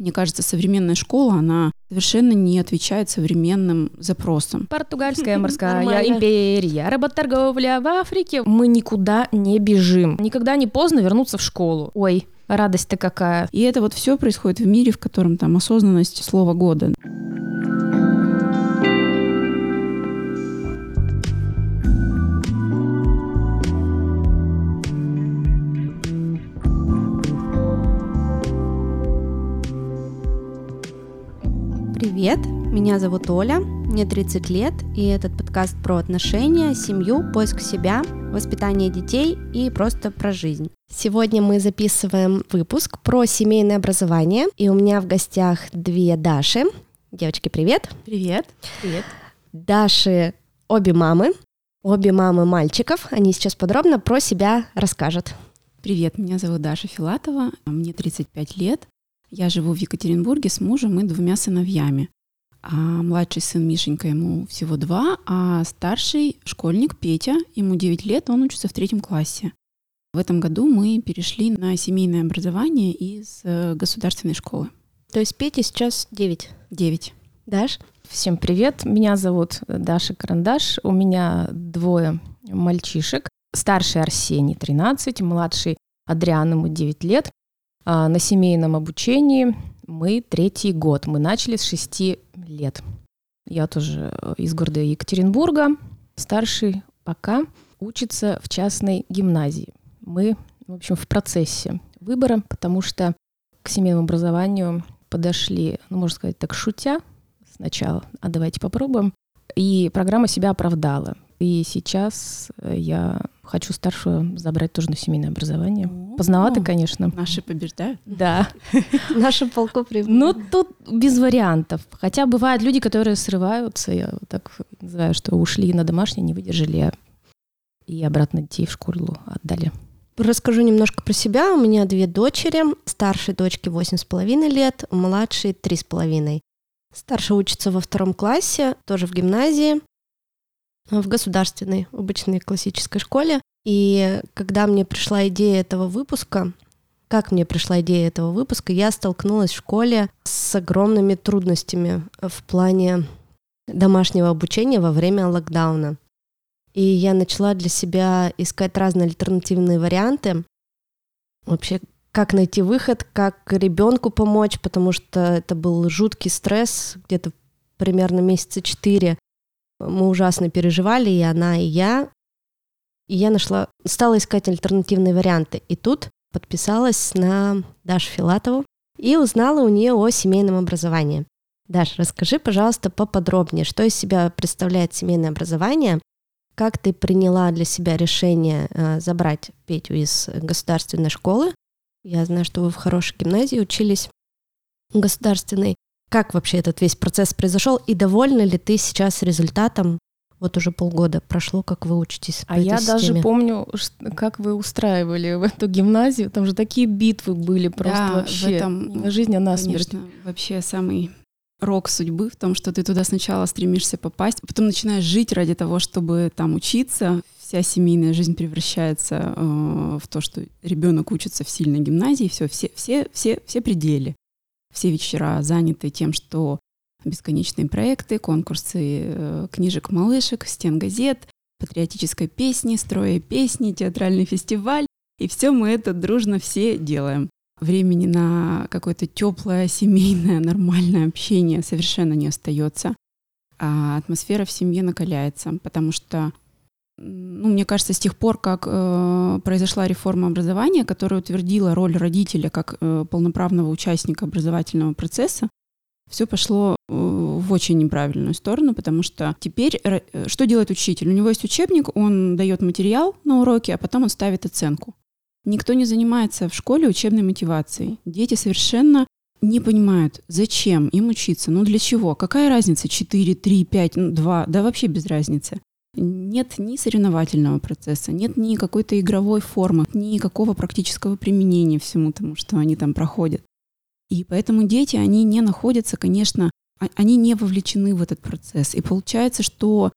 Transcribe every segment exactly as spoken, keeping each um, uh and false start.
Мне кажется, современная школа, она совершенно не отвечает современным запросам. Португальская морская империя, работорговля в Африке. Мы никуда не бежим. Никогда не поздно вернуться в школу. Ой, радость-то какая. И это вот все происходит в мире, в котором там осознанность слова года. Привет, меня зовут Оля, мне тридцать лет, и этот подкаст про отношения, семью, поиск себя, воспитание детей и просто про жизнь. Сегодня мы записываем выпуск про семейное образование, и у меня в гостях две Даши. Девочки, привет! Привет! Привет! Даши обе мамы, обе мамы мальчиков, они сейчас подробно про себя расскажут. Привет, меня зовут Даша Филатова, мне тридцать пять лет. Я живу в Екатеринбурге с мужем и двумя сыновьями. А младший сын Мишенька, ему всего два, а старший школьник Петя, ему девять лет, он учится в третьем классе. В этом году мы перешли на семейное образование из государственной школы. То есть Пете сейчас девять? Девять. Даш? Всем привет, меня зовут Даша Карандаш, у меня двое мальчишек. Старший Арсений, тринадцать, младший Адриан, ему девять лет. А на семейном обучении мы третий год. Мы начали с шести лет. Я тоже из города Екатеринбурга. Старший пока учится в частной гимназии. Мы, в общем, в процессе выбора, потому что к семейному образованию подошли, ну, можно сказать так, шутя сначала. А давайте попробуем. И программа себя оправдала. И сейчас я хочу старшую забрать тоже на семейное образование. Поздновато, конечно. Наши побеждают. Да. Нашу полку прибыли. Ну, тут без вариантов. Хотя бывают люди, которые срываются. Я так называю, что ушли на домашнее, не выдержали. И обратно детей в школу отдали. Расскажу немножко про себя. У меня две дочери. Старшей дочке восемь с половиной лет, младшей три с половиной. Старшая учится во втором классе, тоже в гимназии, в государственной, обычной классической школе. И когда мне пришла идея этого выпуска, как мне пришла идея этого выпуска, я столкнулась в школе с огромными трудностями в плане домашнего обучения во время локдауна. И я начала для себя искать разные альтернативные варианты. Вообще, как найти выход, как ребенку помочь, потому что это был жуткий стресс, где-то примерно месяца четыре. Мы ужасно переживали, и она, и я. И я нашла, стала искать альтернативные варианты. И тут подписалась на Дашу Филатову и узнала у нее о семейном образовании. Даш, расскажи, пожалуйста, поподробнее, что из себя представляет семейное образование, как ты приняла для себя решение э, забрать Петю из государственной школы. Я знаю, что вы в хорошей гимназии учились, государственной. Как вообще этот весь процесс произошел? И довольна ли ты сейчас результатом? Вот уже полгода прошло, как вы учитесь. А я системе. Даже помню, как вы устраивали в эту гимназию. Там же такие битвы были просто да, вообще. В этом, на жизнь, а на смерть. Конечно, вообще самый рок судьбы в том, что ты туда сначала стремишься попасть, потом начинаешь жить ради того, чтобы там учиться. Вся семейная жизнь превращается э, в то, что ребенок учится в сильной гимназии. Все, все, все, все, все пределы. Все вечера заняты тем, что бесконечные проекты, конкурсы э, книжек-малышек, стенгазет, патриотической песни, строя песни, театральный фестиваль. И все мы это дружно все делаем. Времени на какое-то теплое, семейное, нормальное общение совершенно не остается. А атмосфера в семье накаляется, потому что, ну, мне кажется, с тех пор, как э, произошла реформа образования, которая утвердила роль родителя как э, полноправного участника образовательного процесса, все пошло э, в очень неправильную сторону, потому что теперь э, что делает учитель? У него есть учебник, он дает материал на уроке, а потом он ставит оценку. Никто не занимается в школе учебной мотивацией. Дети совершенно не понимают, зачем им учиться, ну для чего, какая разница, четыре, три, пять, ну, два, да вообще без разницы. Нет ни соревновательного процесса, нет ни какой-то игровой формы, ни какого практического применения всему тому, что они там проходят. И поэтому дети, они не находятся, конечно, они не вовлечены в этот процесс. И получается, что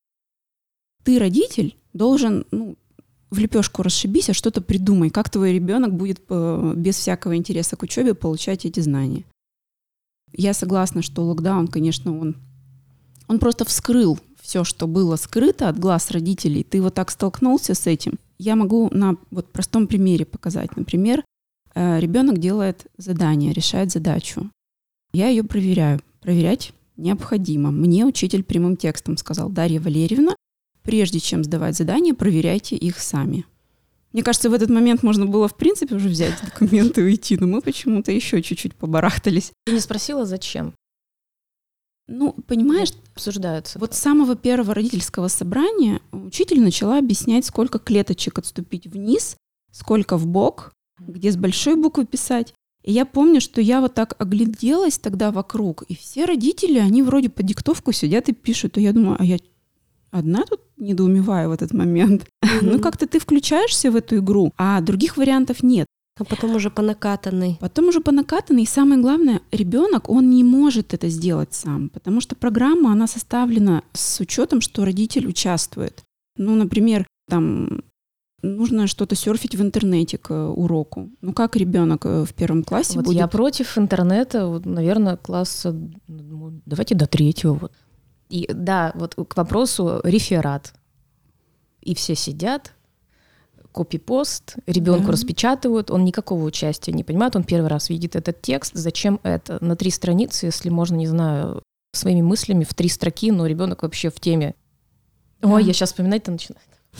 ты, родитель, должен, ну, в лепешку расшибись, а что-то придумай, как твой ребенок будет без всякого интереса к учебе получать эти знания. Я согласна, что локдаун, конечно, он, он просто вскрыл все, что было скрыто от глаз родителей. Ты вот так столкнулся с этим. Я могу на вот простом примере показать. Например, ребенок делает задание, решает задачу. Я ее проверяю. Проверять необходимо. Мне учитель прямым текстом сказал: Дарья Валерьевна, прежде чем сдавать задания, проверяйте их сами. Мне кажется, в этот момент можно было, в принципе, уже взять документы и уйти, но мы почему-то еще чуть-чуть побарахтались. Ты не спросила, зачем? Ну, понимаешь, обсуждаются. Вот с самого первого родительского собрания учитель начала объяснять, сколько клеточек отступить вниз, сколько вбок, где с большой буквы писать. И я помню, что я вот так огляделась тогда вокруг, и все родители, они вроде по диктовку сидят и пишут. И я думаю, а я одна тут недоумеваю в этот момент. Mm-hmm. Ну, как-то ты включаешься в эту игру, а других вариантов нет. А потом уже по накатанной. Потом уже по накатанной. И самое главное, ребенок, он не может это сделать сам, потому что программа, она составлена с учетом, что родитель участвует. Ну, например, там нужно что-то серфить в интернете к уроку. Ну, как ребенок в первом классе вот будет? Я против интернета, вот, наверное, класса, давайте до третьего. Вот. И да, вот к вопросу реферат. И все сидят, копипост, ребенку да. распечатывают, он никакого участия не понимает, он первый раз видит этот текст, зачем это? На три страницы, если можно, не знаю, своими мыслями в три строки, но ребенок вообще в теме. Да. Ой, я сейчас вспоминать-то начинаю.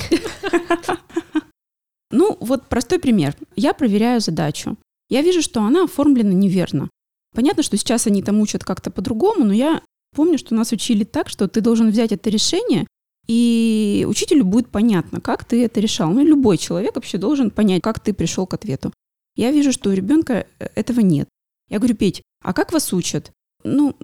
Ну, вот простой пример. Я проверяю задачу. Я вижу, что она оформлена неверно. Понятно, что сейчас они там учат как-то по-другому, но я помню, что нас учили так, что ты должен взять это решение, и учителю будет понятно, как ты это решал. Ну, и любой человек вообще должен понять, как ты пришел к ответу. Я вижу, что у ребенка этого нет. Я говорю: Петь, а как вас учат? Ну,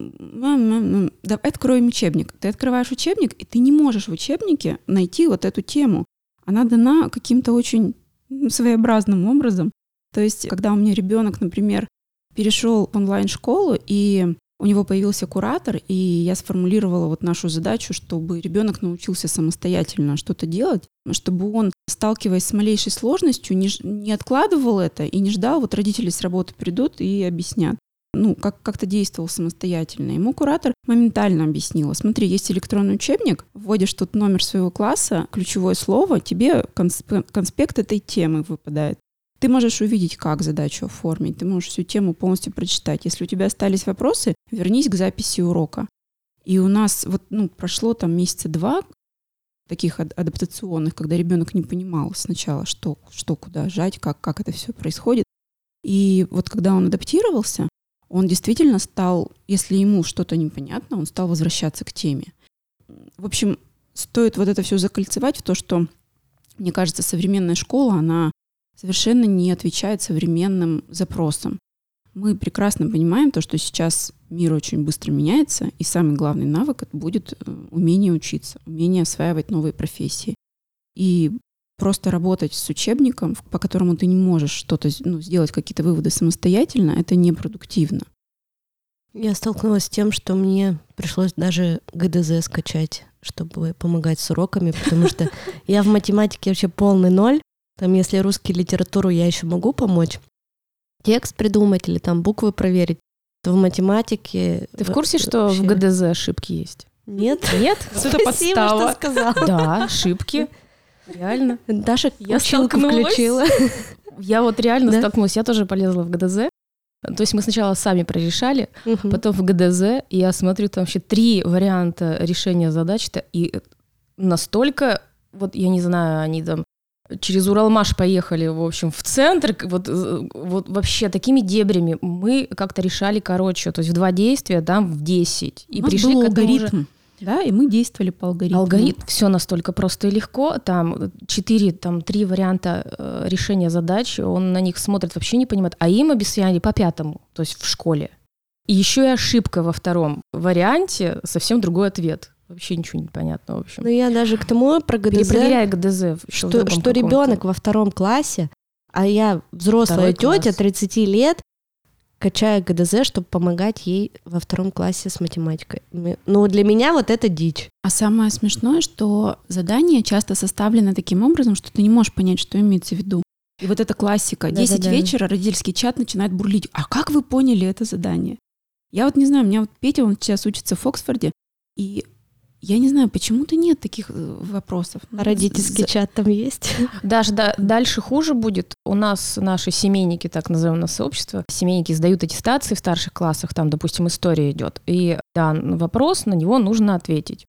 давай откроем учебник. Ты открываешь учебник, и ты не можешь в учебнике найти вот эту тему. Она дана каким-то очень своеобразным образом. То есть, когда у меня ребенок, например, перешел в онлайн-школу, и у него появился куратор, и я сформулировала вот нашу задачу, чтобы ребенок научился самостоятельно что-то делать, чтобы он, сталкиваясь с малейшей сложностью, не, не откладывал это и не ждал, вот родители с работы придут и объяснят. Ну, как, как-то действовал самостоятельно. Ему куратор моментально объяснила: смотри, есть электронный учебник, вводишь тут номер своего класса, ключевое слово, тебе конспект этой темы выпадает. Ты можешь увидеть, как задачу оформить, ты можешь всю тему полностью прочитать. Если у тебя остались вопросы, вернись к записи урока. И у нас вот, ну, прошло там месяца два таких адаптационных, когда ребенок не понимал сначала, что, что куда жать, как, как это все происходит. И вот когда он адаптировался, он действительно стал, если ему что-то непонятно, он стал возвращаться к теме. В общем, стоит вот это все закольцевать в то, что, мне кажется, современная школа, она совершенно не отвечает современным запросам. Мы прекрасно понимаем то, что сейчас мир очень быстро меняется, и самый главный навык — это будет умение учиться, умение осваивать новые профессии. И просто работать с учебником, по которому ты не можешь что-то, ну, сделать какие-то выводы самостоятельно, это непродуктивно. Я столкнулась с тем, что мне пришлось даже гэ дэ зэ скачать, чтобы помогать с уроками, потому что я в математике вообще полный ноль. Там, если русский литературу я еще могу помочь, текст придумать или там буквы проверить, то в математике... Ты в курсе, что вообще... в гэ дэ зэ ошибки есть? Нет. Нет? Это подстава. Да, ошибки. Реально. Даша я училку включила. Я вот реально да? столкнулась. Я тоже полезла в гэ дэ зэ. То есть мы сначала сами прорешали, угу. потом в гэ дэ зэ, и я смотрю, там вообще три варианта решения задач-то, и настолько, вот я не знаю, они там через Уралмаш поехали, в общем, в центр, вот, вот вообще такими дебрями мы как-то решали, короче, то есть в два действия, там в десять. И пришли к этому уже... Да, и мы действовали по алгоритму. Алгоритм, все настолько просто и легко. Там четыре, там три варианта э, решения задач, он на них смотрит, вообще не понимает. А им объясняли по пятому, то есть в школе. И еще и ошибка во втором варианте, совсем другой ответ. Вообще ничего не понятно, в общем. Ну я даже к тому про гэ дэ зэ, перепроверяй гэ дэ зэ, что, что ребенок во втором классе, а я взрослая тетя, тридцать лет, качаю гэ дэ зэ, чтобы помогать ей во втором классе с математикой. Ну, для меня вот это дичь. А самое смешное, что задания часто составлены таким образом, что ты не можешь понять, что имеется в виду. И вот эта классика. десять вечера, родительский чат начинает бурлить. А как вы поняли это задание? Я вот не знаю, у меня вот Петя, он сейчас учится в Оксфорде, и я не знаю, почему-то нет таких вопросов. А родительский За... чат там есть? Даже да, дальше хуже будет. У нас наши семейники, так называемое сообщество, семейники сдают аттестации в старших классах, там, допустим, история идет, и да, вопрос, на него нужно ответить.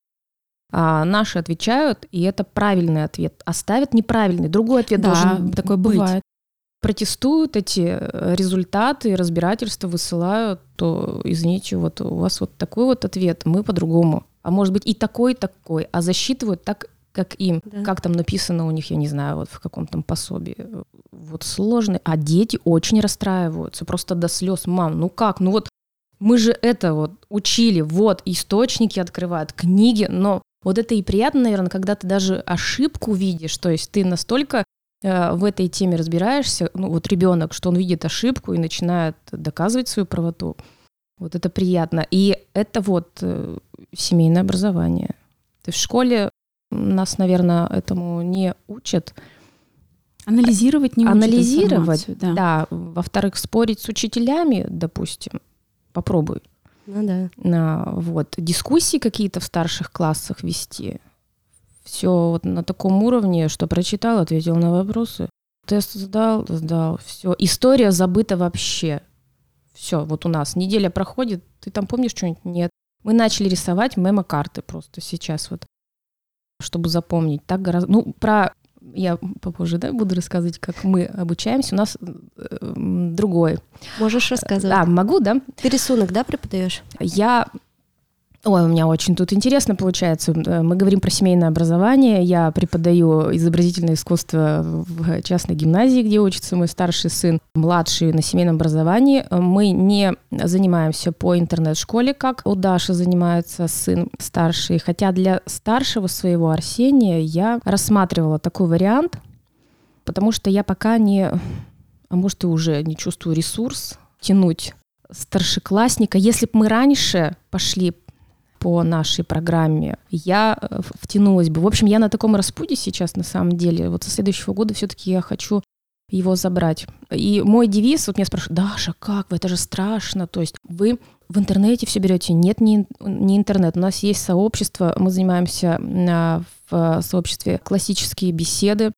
А наши отвечают, и это правильный ответ. А ставят неправильный, другой ответ да, должен такое быть. Бывает. Протестуют эти результаты, разбирательства высылают, то, извините, вот у вас вот такой вот ответ, мы по-другому. А может быть и такой, и такой. А засчитывают так, как им. Да. Как там написано у них, я не знаю, вот в каком там пособии. Вот сложно. А дети очень расстраиваются, просто до слез. Мам, ну как? Ну вот мы же это вот учили, вот источники открывают, книги, но вот это и приятно, наверное, когда ты даже ошибку видишь, то есть ты настолько э, в этой теме разбираешься, ну вот ребенок, что он видит ошибку и начинает доказывать свою правоту. Вот это приятно. И это вот э, семейное образование. То есть в школе нас, наверное, этому не учат. Анализировать не учат Анализировать, да. да. Во-вторых, спорить с учителями, допустим, попробуй. Ну да. На, вот, дискуссии какие-то в старших классах вести. Все вот на таком уровне, что прочитал, ответил на вопросы. Тест сдал, сдал. Все. История забыта вообще. Все, вот у нас неделя проходит, ты там помнишь что-нибудь? Нет. Мы начали рисовать мемо-карты просто сейчас вот, чтобы запомнить. Так гораздо... Ну, про... Я попозже, да, буду рассказывать, как мы обучаемся. У нас э, другой. Можешь рассказывать? Да, могу, да. Ты рисунок, да, преподаешь? Я... Ой, у меня очень тут интересно получается. Мы говорим про семейное образование. Я преподаю изобразительное искусство в частной гимназии, где учится мой старший сын, младший на семейном образовании. Мы не занимаемся по интернет-школе, как у Даши занимается сын старший. Хотя для старшего своего Арсения я рассматривала такой вариант, потому что я пока не, а может и уже не чувствую ресурс тянуть старшеклассника. Если бы мы раньше пошли по нашей программе, я втянулась бы. В общем, я на таком распутье сейчас на самом деле. Вот со следующего года все-таки я хочу его забрать. И мой девиз, вот меня спрашивают: Даша, как вы? Это же страшно. То есть вы в интернете все берете? Нет, не, не интернет. У нас есть сообщество, мы занимаемся в сообществе классические беседы.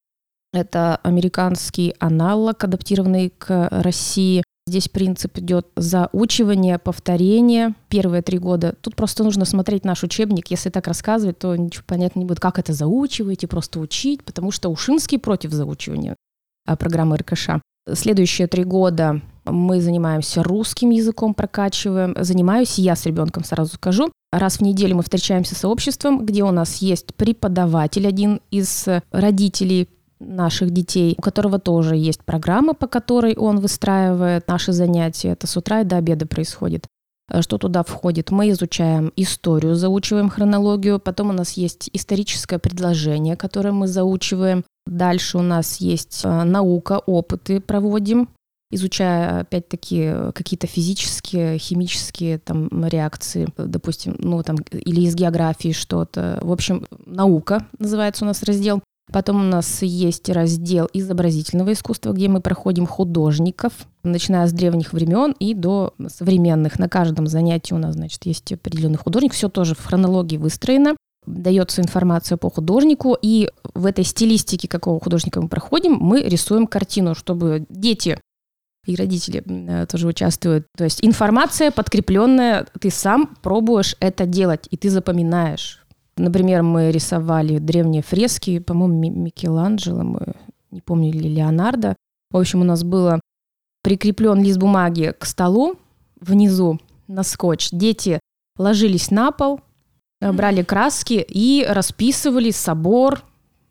Это американский аналог, адаптированный к России. Здесь принцип идет заучивание, повторение. Первые три года. Тут просто нужно смотреть наш учебник. Если так рассказывать, то ничего понятно не будет, как это заучиваете, просто учить, потому что Ушинский против заучивания программы эр ка ша. Следующие три года мы занимаемся русским языком, прокачиваем. Занимаюсь я с ребенком, сразу скажу. Раз в неделю мы встречаемся с сообществом, где у нас есть преподаватель, один из родителей наших детей, у которого тоже есть программа, по которой он выстраивает наши занятия. Это с утра и до обеда происходит. Что туда входит? Мы изучаем историю, заучиваем хронологию, потом у нас есть историческое предложение, которое мы заучиваем. Дальше у нас есть наука, опыты проводим, изучая, опять-таки, какие-то физические, химические там реакции, допустим, ну там, или из географии что-то. В общем, наука называется у нас раздел. Потом у нас есть раздел изобразительного искусства, где мы проходим художников, начиная с древних времен и до современных. На каждом занятии у нас, значит, есть определенный художник. Все тоже в хронологии выстроено. Дается информация по художнику. И в этой стилистике, какого художника мы проходим, мы рисуем картину, чтобы дети и родители тоже участвуют. То есть информация подкрепленная, ты сам пробуешь это делать, и ты запоминаешь. Например, мы рисовали древние фрески, по-моему, Микеланджело, мы не помню, или Леонардо. В общем, у нас было прикреплен лист бумаги к столу внизу на скотч. Дети ложились на пол, брали краски и расписывали собор.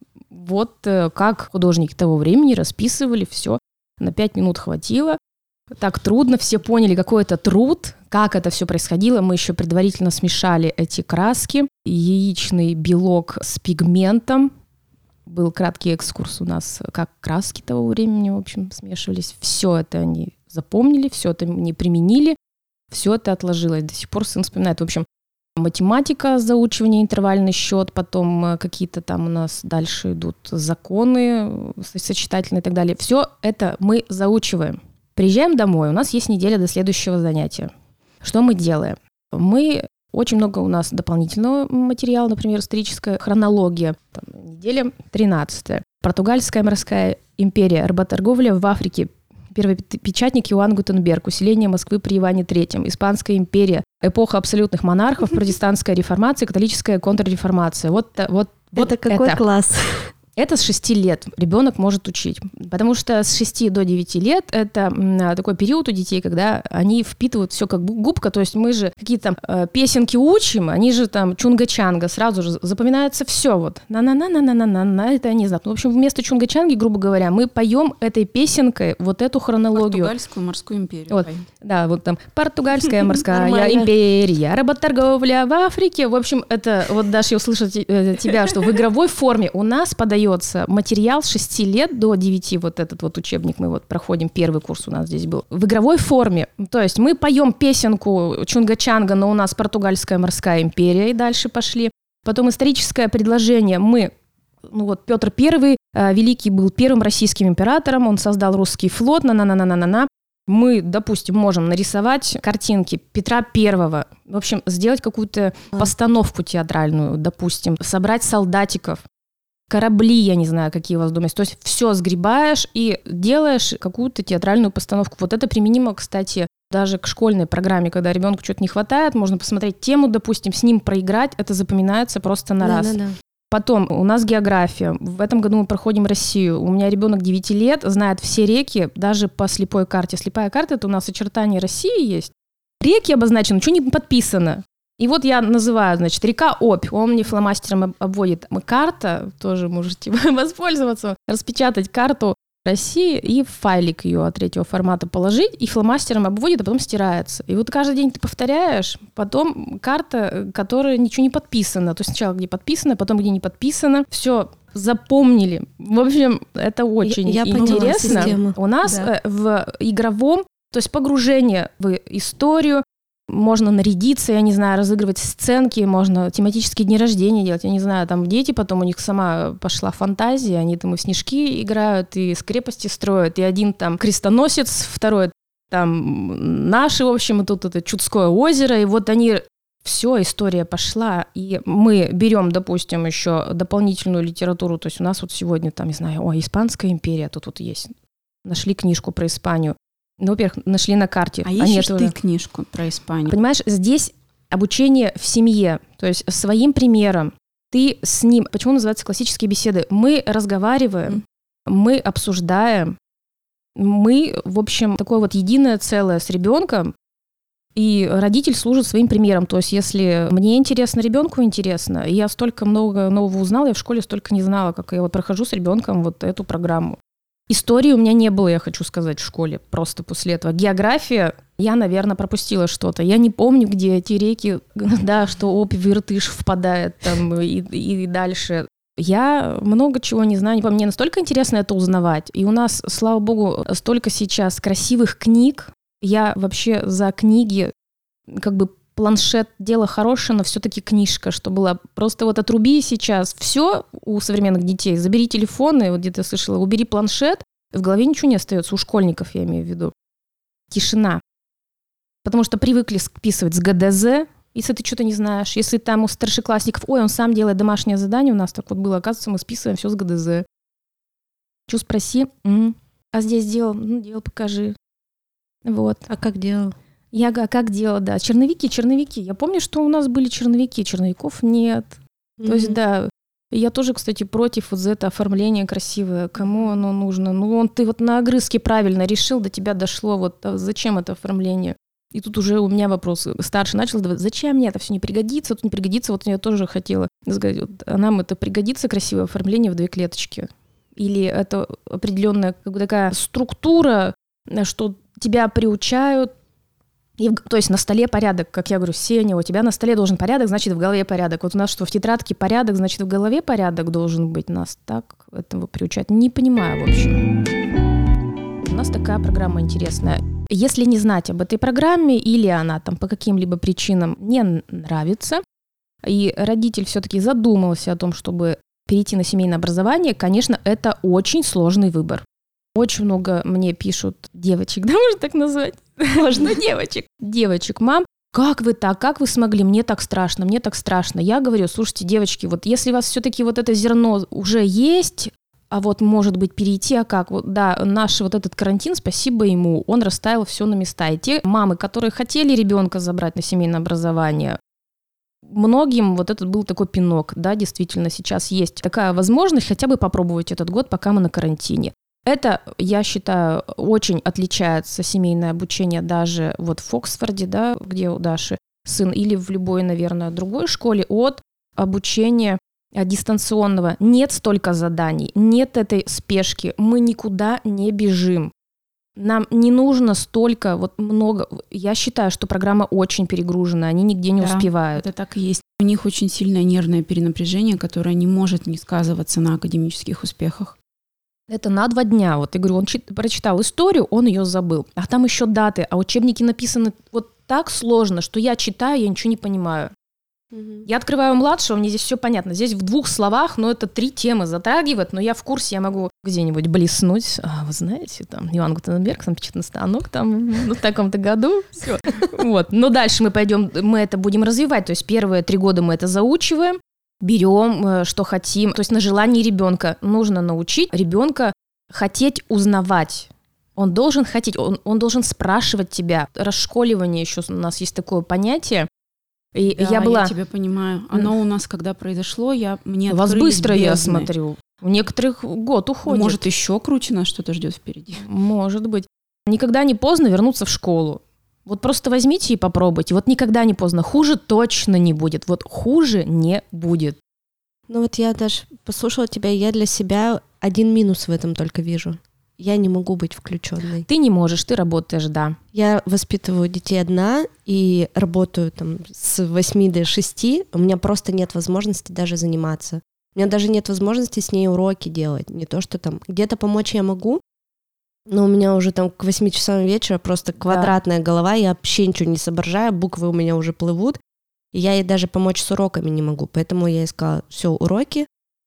Вот как художники того времени расписывали все. На пять минут хватило. Так трудно, все поняли, какой это труд, как это все происходило. Мы еще предварительно смешали эти краски. Яичный белок с пигментом. Был краткий экскурс у нас, как краски того времени, в общем, смешивались. Все это они запомнили, все это они применили, все это отложилось. До сих пор сын вспоминает. В общем, математика, заучивание, интервальный счет, потом какие-то там у нас дальше идут законы сочетательные и так далее. Все это мы заучиваем. Приезжаем домой, у нас есть неделя до следующего занятия. Что мы делаем? Мы очень много у нас дополнительного материала, например, историческая хронология, там, неделя тринадцатая. Португальская морская империя, работорговля в Африке, первый печатник Иоанн Гутенберг, усиление Москвы при Иване Третьем, Испанская империя, эпоха абсолютных монархов, протестантская реформация, католическая контрреформация. Вот, вот, вот это какой это. класс? Это с шести лет ребенок может учить, потому что с шести до девяти лет это такой период у детей, когда они впитывают все как губка, то есть мы же какие-то э, песенки учим, они же там чунга-чанга, сразу же запоминается все вот, на-на-на-на-на-на-на, это они знают. Ну, в общем, вместо чунга-чанги, грубо говоря, мы поем этой песенкой вот эту хронологию. Португальскую морскую империю. Вот, да, вот там португальская морская империя, работорговля в Африке, в общем, это вот, Даша, я услышала тебя, что в игровой форме у нас подает материал с шести лет до девяти, вот этот вот учебник мы вот проходим, первый курс у нас здесь был, в игровой форме. То есть мы поем песенку Чунга-Чанга, но у нас португальская морская империя, и дальше пошли. Потом историческое предложение. Мы, ну вот Петр Первый, э, великий, был первым российским императором, он создал русский флот, на-на-на-на-на-на. Мы, допустим, можем нарисовать картинки Петра Первого, в общем, сделать какую-то постановку театральную, допустим, собрать солдатиков, корабли, я не знаю, какие у вас дома есть. То есть все сгребаешь и делаешь какую-то театральную постановку. Вот это применимо, кстати, даже к школьной программе, когда ребенку что-то не хватает, можно посмотреть тему, допустим, с ним проиграть, это запоминается просто на да, раз. Да, да. Потом у нас география. В этом году мы проходим Россию. У меня ребенок девяти лет, знает все реки, даже по слепой карте. Слепая карта — это у нас очертания России есть. Реки обозначены, ничего не подписано. И вот я называю, значит, река Обь, он мне фломастером обводит. Карта, тоже можете воспользоваться, распечатать карту России и в файлик ее от третьего формата положить, и фломастером обводит, а потом стирается. И вот каждый день ты повторяешь, потом карта, которая ничего не подписана. То есть сначала где подписано, потом где не подписано. Все запомнили. В общем, это очень я, я интересно. У нас да. в игровом, то есть погружение в историю, можно нарядиться, я не знаю, разыгрывать сценки, можно тематические дни рождения делать, я не знаю, там дети, потом у них сама пошла фантазия, они там и в снежки играют, и с крепости строят, и один там крестоносец, второй там наши, в общем, и тут это Чудское озеро, и вот они, все, история пошла, и мы берем, допустим, еще дополнительную литературу, то есть у нас вот сегодня там, не знаю, о, Испанская империя, тут вот есть, нашли книжку про Испанию. Ну, во-первых, нашли на карте. А ищешь ты уже... книжку про Испанию? Понимаешь, здесь обучение в семье, то есть своим примером. Ты с ним... Почему называются классические беседы? Мы разговариваем, mm. мы обсуждаем, мы, в общем, такое вот единое целое с ребенком, и родитель служит своим примером. То есть если мне интересно, ребенку интересно, и я столько много нового узнала, я в школе столько не знала, как я вот прохожу с ребенком вот эту программу. Истории у меня не было, я хочу сказать, в школе просто после этого. География, я, наверное, пропустила что-то. Я не помню, где эти реки, да, что Обь в Иртыш впадает там и, и дальше. Я много чего не знаю, не помню. Мне настолько интересно это узнавать. И у нас, слава богу, столько сейчас красивых книг. Я вообще за книги, как бы планшет — дело хорошее, но все-таки книжка, что была. Просто вот отруби сейчас все у современных детей, забери телефоны, вот где-то я слышала, убери планшет, в голове ничего не остается, у школьников я имею в виду. Тишина. Потому что привыкли списывать с гэ дэ зэ, если ты что-то не знаешь. Если там у старшеклассников, ой, он сам делает домашнее задание, у нас так вот было, оказывается, мы списываем все с гэ дэ зэ. Что спроси? М-м. А здесь делал? Ну, делал, покажи. Вот. А как делал? Я а как делала, да. Черновики, черновики. Я помню, что у нас были черновики, черновиков нет. Mm-hmm. То есть, да, я тоже, кстати, против вот за это оформление красивое. Кому оно нужно? Ну, он, ты вот на огрызке правильно решил, до тебя дошло, вот а зачем это оформление? И тут уже у меня вопрос. Старший начал задавать, зачем мне это все не пригодится, тут не пригодится. Вот я тоже хотела сказать, вот, а нам это пригодится, красивое оформление в две клеточки? Или это определенная как бы такая структура, что тебя приучают. И, то есть на столе порядок, как я говорю, Сеня, у тебя на столе должен порядок, значит, в голове порядок. Вот у нас что, в тетрадке порядок, значит, в голове порядок должен быть. Нас так этого приучать. Не понимаю, в общем. У нас такая программа интересная. Если не знать об этой программе, или она там по каким-либо причинам не нравится, и родитель все-таки задумался о том, чтобы перейти на семейное образование, конечно, это очень сложный выбор. Очень много мне пишут девочек, да, можно так назвать? Можно девочек. Девочек, мам, Как вы так? Как вы смогли? Мне так страшно, мне так страшно. Я говорю, слушайте, девочки, вот если у вас все-таки вот это зерно уже есть, а вот может быть перейти, а как? Вот, да, наш вот этот карантин, спасибо ему, он расставил все на места. И те мамы, которые хотели ребенка забрать на семейное образование, многим вот этот был такой пинок, да, действительно, сейчас есть такая возможность хотя бы попробовать этот год, пока мы на карантине. Это, я считаю, очень отличается семейное обучение даже вот в Оксфорде, да, где у Даши сын, или в любой, наверное, другой школе, от обучения дистанционного. Нет столько заданий, нет этой спешки, мы никуда не бежим. Нам не нужно столько, вот много. Я считаю, что программа очень перегружена, они нигде не да, успевают. Это так и есть. У них очень сильное нервное перенапряжение, которое не может не сказываться на академических успехах. Это на два дня. Вот я говорю, он чит- прочитал историю, он ее забыл. А там еще даты, а учебники написаны вот так сложно, что я читаю, я ничего не понимаю. Mm-hmm. Я открываю младшего, мне здесь все понятно. Здесь в двух словах, но это три темы затрагивает, но я в курсе, я могу где-нибудь блеснуть. А, вы знаете, там, Иоанн Гутенберг, там, печатный станок, там, ну, в таком-то году, все. Вот. Но дальше мы пойдем, мы это будем развивать. То есть первые три года мы это заучиваем, берем, что хотим. То есть на желание ребенка нужно научить ребенка хотеть узнавать. Он должен хотеть, он, он должен спрашивать тебя. Расшколивание еще у нас есть такое понятие. И да, я была... я тебя понимаю. Оно у нас, когда произошло, я мне у вас быстро, бездны. Я смотрю. У некоторых год уходит. Может, еще круче нас что-то ждет впереди. Может быть. Никогда не поздно вернуться в школу. Вот просто возьмите и попробуйте. Вот никогда не поздно. Хуже точно не будет. Вот хуже не будет. Ну вот я даже послушала тебя, и я для себя один минус в этом только вижу. Я не могу быть включенной. Ты не можешь, ты работаешь, да. Я воспитываю детей одна и работаю там с восьми до шести. У меня просто нет возможности даже заниматься. У меня даже нет возможности с ней уроки делать. Не то, что там где-то помочь я могу, но у меня уже там к восьми часам вечера просто квадратная да. голова, я вообще ничего не соображаю, буквы у меня уже плывут, и я ей даже помочь с уроками не могу. Поэтому я ей сказала, все, уроки,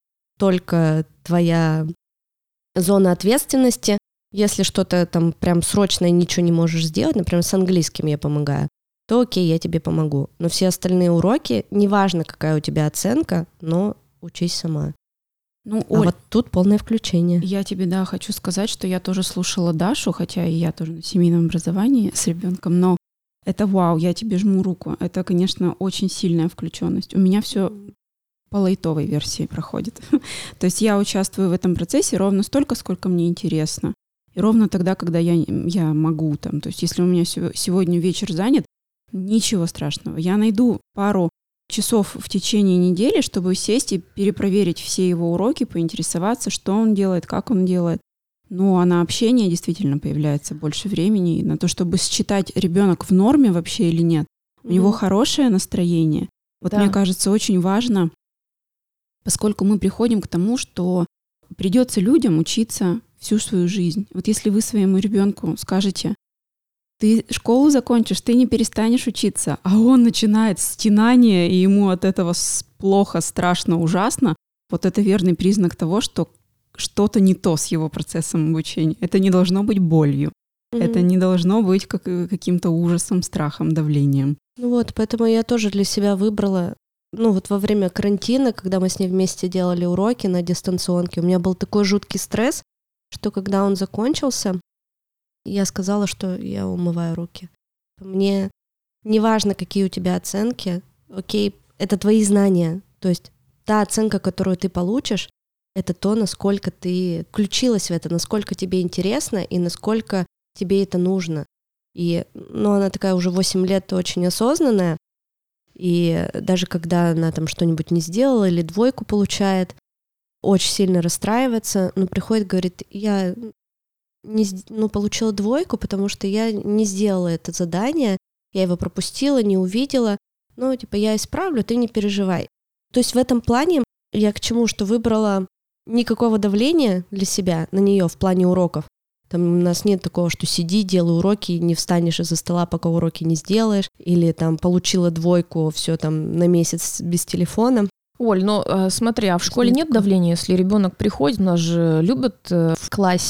только твоя зона ответственности. Если что-то там прям срочное ничего не можешь сделать, например, с английским я помогаю, то окей, я тебе помогу. Но все остальные уроки, неважно, какая у тебя оценка, но учись сама. Ну, а Оль, вот тут полное включение. Я тебе, да, хочу сказать, что я тоже слушала Дашу, хотя и я тоже на семейном образовании с ребенком, но это вау, я тебе жму руку. Это, конечно, очень сильная включенность. У меня все по лайтовой версии проходит. То есть я участвую в этом процессе ровно столько, сколько мне интересно. И ровно тогда, когда я, я могу. Там. То есть если у меня сегодня вечер занят, ничего страшного. Я найду пару часов в течение недели, чтобы сесть и перепроверить все его уроки, поинтересоваться, что он делает, как он делает. Ну, а на общение действительно появляется больше времени. И на то, чтобы считать, ребенок в норме вообще или нет. У mm-hmm. него хорошее настроение. Вот да. Мне кажется, очень важно, поскольку мы приходим к тому, что придется людям учиться всю свою жизнь. Вот если вы своему ребенку скажете, ты школу закончишь, ты не перестанешь учиться, а он начинает стенание, и ему от этого плохо, страшно, ужасно, вот это верный признак того, что что-то не то с его процессом обучения. Это не должно быть болью. Mm-hmm. Это не должно быть как, каким-то ужасом, страхом, давлением. Ну вот, поэтому я тоже для себя выбрала, ну вот во время карантина, когда мы с ней вместе делали уроки на дистанционке, у меня был такой жуткий стресс, что когда он закончился, я сказала, что я умываю руки. Мне не важно, какие у тебя оценки, окей, это твои знания. То есть та оценка, которую ты получишь, это то, насколько ты включилась в это, насколько тебе интересно и насколько тебе это нужно. И, ну, она такая уже восемь лет очень осознанная, и даже когда она там что-нибудь не сделала или двойку получает, очень сильно расстраивается, но приходит, говорит, я не, ну, получила двойку, потому что я не сделала это задание, я его пропустила, не увидела, ну, типа, я исправлю, ты не переживай. То есть в этом плане я к чему, что выбрала никакого давления для себя на нее в плане уроков. Там у нас нет такого, что сиди, делай уроки, не встанешь из-за стола, пока уроки не сделаешь, или там получила двойку, все там на месяц без телефона. Оль, ну смотри, а в школе нет давления, если ребенок приходит, у нас же любят в классе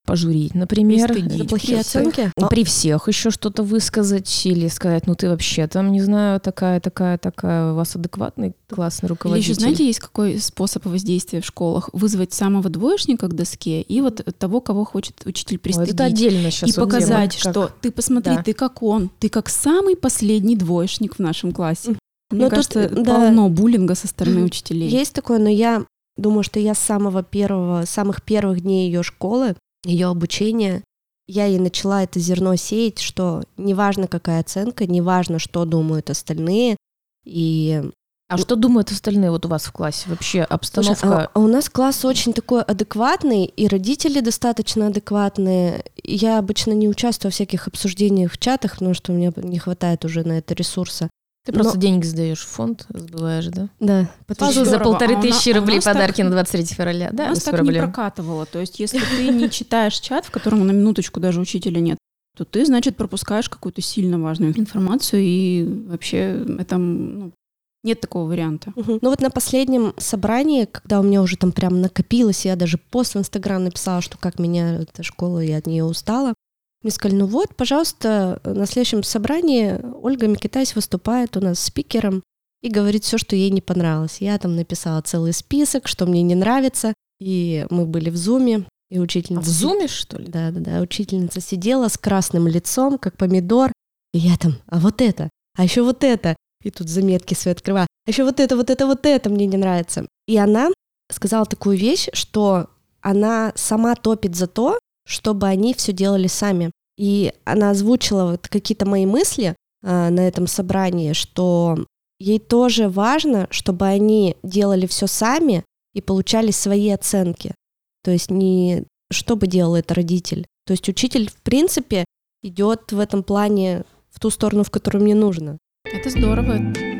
пожурить, например. За плохие оценки? При всех еще что-то высказать или сказать, ну ты вообще там, не знаю, такая, такая, такая, у вас адекватный классный руководитель. Или еще, знаете, есть какой способ воздействия в школах? Вызвать самого двоечника к доске и вот того, кого хочет учитель пристыдить. Ой, это отдельно сейчас. И показать, как... что ты посмотри, да. ты как он, ты как самый последний двоечник в нашем классе. Мне но кажется, тут, полно да, буллинга со стороны учителей. Есть такое, но я думаю, что я с самого первого, самых первых дней ее школы, ее обучения, я ей начала это зерно сеять, что неважно, какая оценка, неважно, что думают остальные. И... А что думают остальные вот у вас в классе? Вообще обстановка... Слушай, а, а у нас класс очень такой адекватный, и родители достаточно адекватные. Я обычно не участвую в всяких обсуждениях в чатах, потому что у меня не хватает уже на это ресурса. Ты просто Но... деньги сдаешь в фонд, сбываешь, да? Да. Сразу за полторы тысячи а рублей подарки так... на двадцать третьего февраля. Да, у нас так проблем. Не прокатывало. То есть если ты не читаешь чат, в котором на минуточку даже учителя нет, то ты, значит, пропускаешь какую-то сильно важную информацию, и вообще это, ну, нет такого варианта. Угу. Ну вот на последнем собрании, когда у меня уже там прям накопилось, я даже пост в Инстаграм написала, что как меня эта школа, я от нее устала. Мне сказали, ну вот, пожалуйста, на следующем собрании Ольга Микитась выступает у нас спикером и говорит все, что ей не понравилось. Я там написала целый список, что мне не нравится, и мы были в зуме, и учительница... А в зуме, что ли? Да-да-да, учительница сидела с красным лицом, как помидор, и я там, а вот это, а еще вот это, и тут заметки свои открываю, а еще вот это, вот это, вот это мне не нравится. И она сказала такую вещь, что она сама топит за то, чтобы они все делали сами. И она озвучила вот какие-то мои мысли э, на этом собрании, что ей тоже важно, чтобы они делали все сами и получали свои оценки. То есть не что бы делал это родитель. То есть учитель, в принципе, идет в этом плане в ту сторону, в которую мне нужно. Это здорово.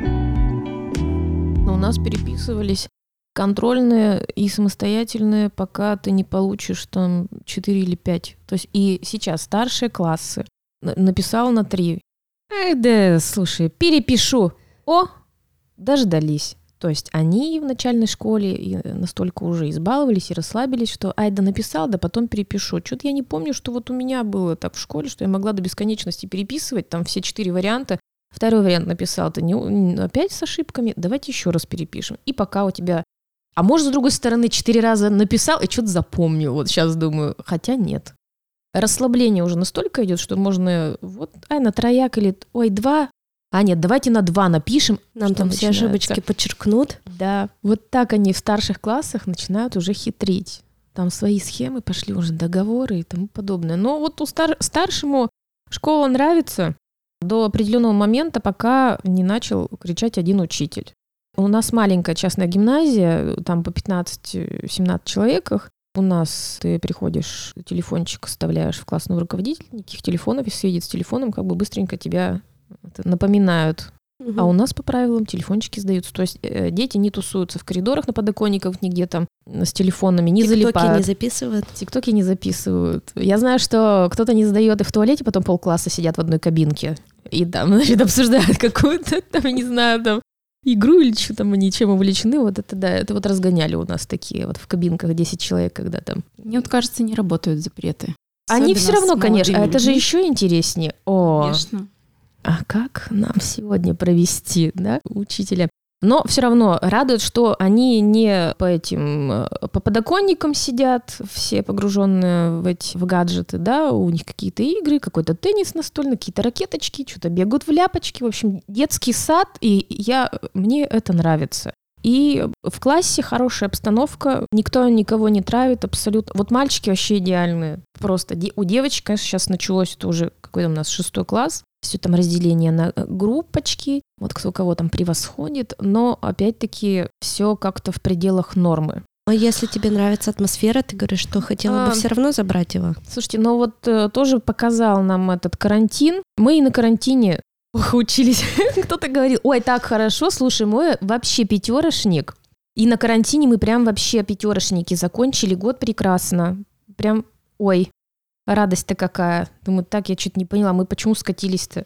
Но у нас переписывались контрольные и самостоятельные, пока ты не получишь там четыре или пять. То есть и сейчас старшие классы написал на три. Ай, да, слушай, перепишу. О, дождались. То есть они в начальной школе настолько уже избаловались и расслабились, что ай, да написал, да потом перепишу. Что-то я не помню, что вот у меня было так в школе, что я могла до бесконечности переписывать, там все четыре варианта. Второй вариант написал, ты не, опять с ошибками, давайте еще раз перепишем. И пока у тебя... А может, с другой стороны, четыре раза написал и что-то запомнил. Вот сейчас думаю, хотя нет. Расслабление уже настолько идет, что можно вот, ай, на трояк или, ой, два. А нет, давайте на два напишем. Нам там все ошибочки подчеркнут. Да, вот так они в старших классах начинают уже хитрить. Там свои схемы пошли, уже договоры и тому подобное. Но вот у стар- старшему школа нравится до определенного момента, пока не начал кричать один учитель. У нас маленькая частная гимназия, там по пятнадцать-семнадцать человек. У нас ты приходишь, телефончик оставляешь в классного руководителя, никаких телефонов, и сидит с телефоном, как бы быстренько тебя напоминают. Угу. А у нас по правилам телефончики сдаются. То есть э, дети не тусуются в коридорах на подоконниках, нигде там с телефонами, не Тиктоки залипают. Тиктоки не записывают? Тиктоки не записывают. Я знаю, что кто-то не сдает и в туалете, потом полкласса сидят в одной кабинке. И там, значит, обсуждают какую-то, там, не знаю, там, игру или что там они чем увлечены. Вот это, да, это вот разгоняли у нас такие вот в кабинках десять человек, когда там... Мне вот кажется, не работают запреты. Они все равно, конечно, а это же еще интереснее. О, конечно. А как нам сегодня провести, да, учителя? Но все равно радует, что они не по этим, по подоконникам сидят, все погруженные в эти в гаджеты, да, у них какие-то игры, какой-то теннис настольный, какие-то ракеточки, что-то бегают в ляпочки, в общем, детский сад, и я, мне это нравится. И в классе хорошая обстановка, никто никого не травит абсолютно. Вот мальчики вообще идеальные, просто. У девочек, конечно, сейчас началось, это уже какой-то у нас шестой класс, все там разделение на группочки, вот кто кого там превосходит, но опять-таки все как-то в пределах нормы. А если тебе нравится атмосфера, ты говоришь, что хотела а, бы все равно забрать его? Слушайте, ну вот э, тоже показал нам этот карантин. Мы и на карантине ох, учились. Кто-то говорил, ой, так хорошо, слушай, мой вообще пятерошник. И на карантине мы прям вообще пятерошники закончили год прекрасно. Прям, ой. Радость-то какая. Думаю, так, я что-то не поняла, мы почему скатились-то?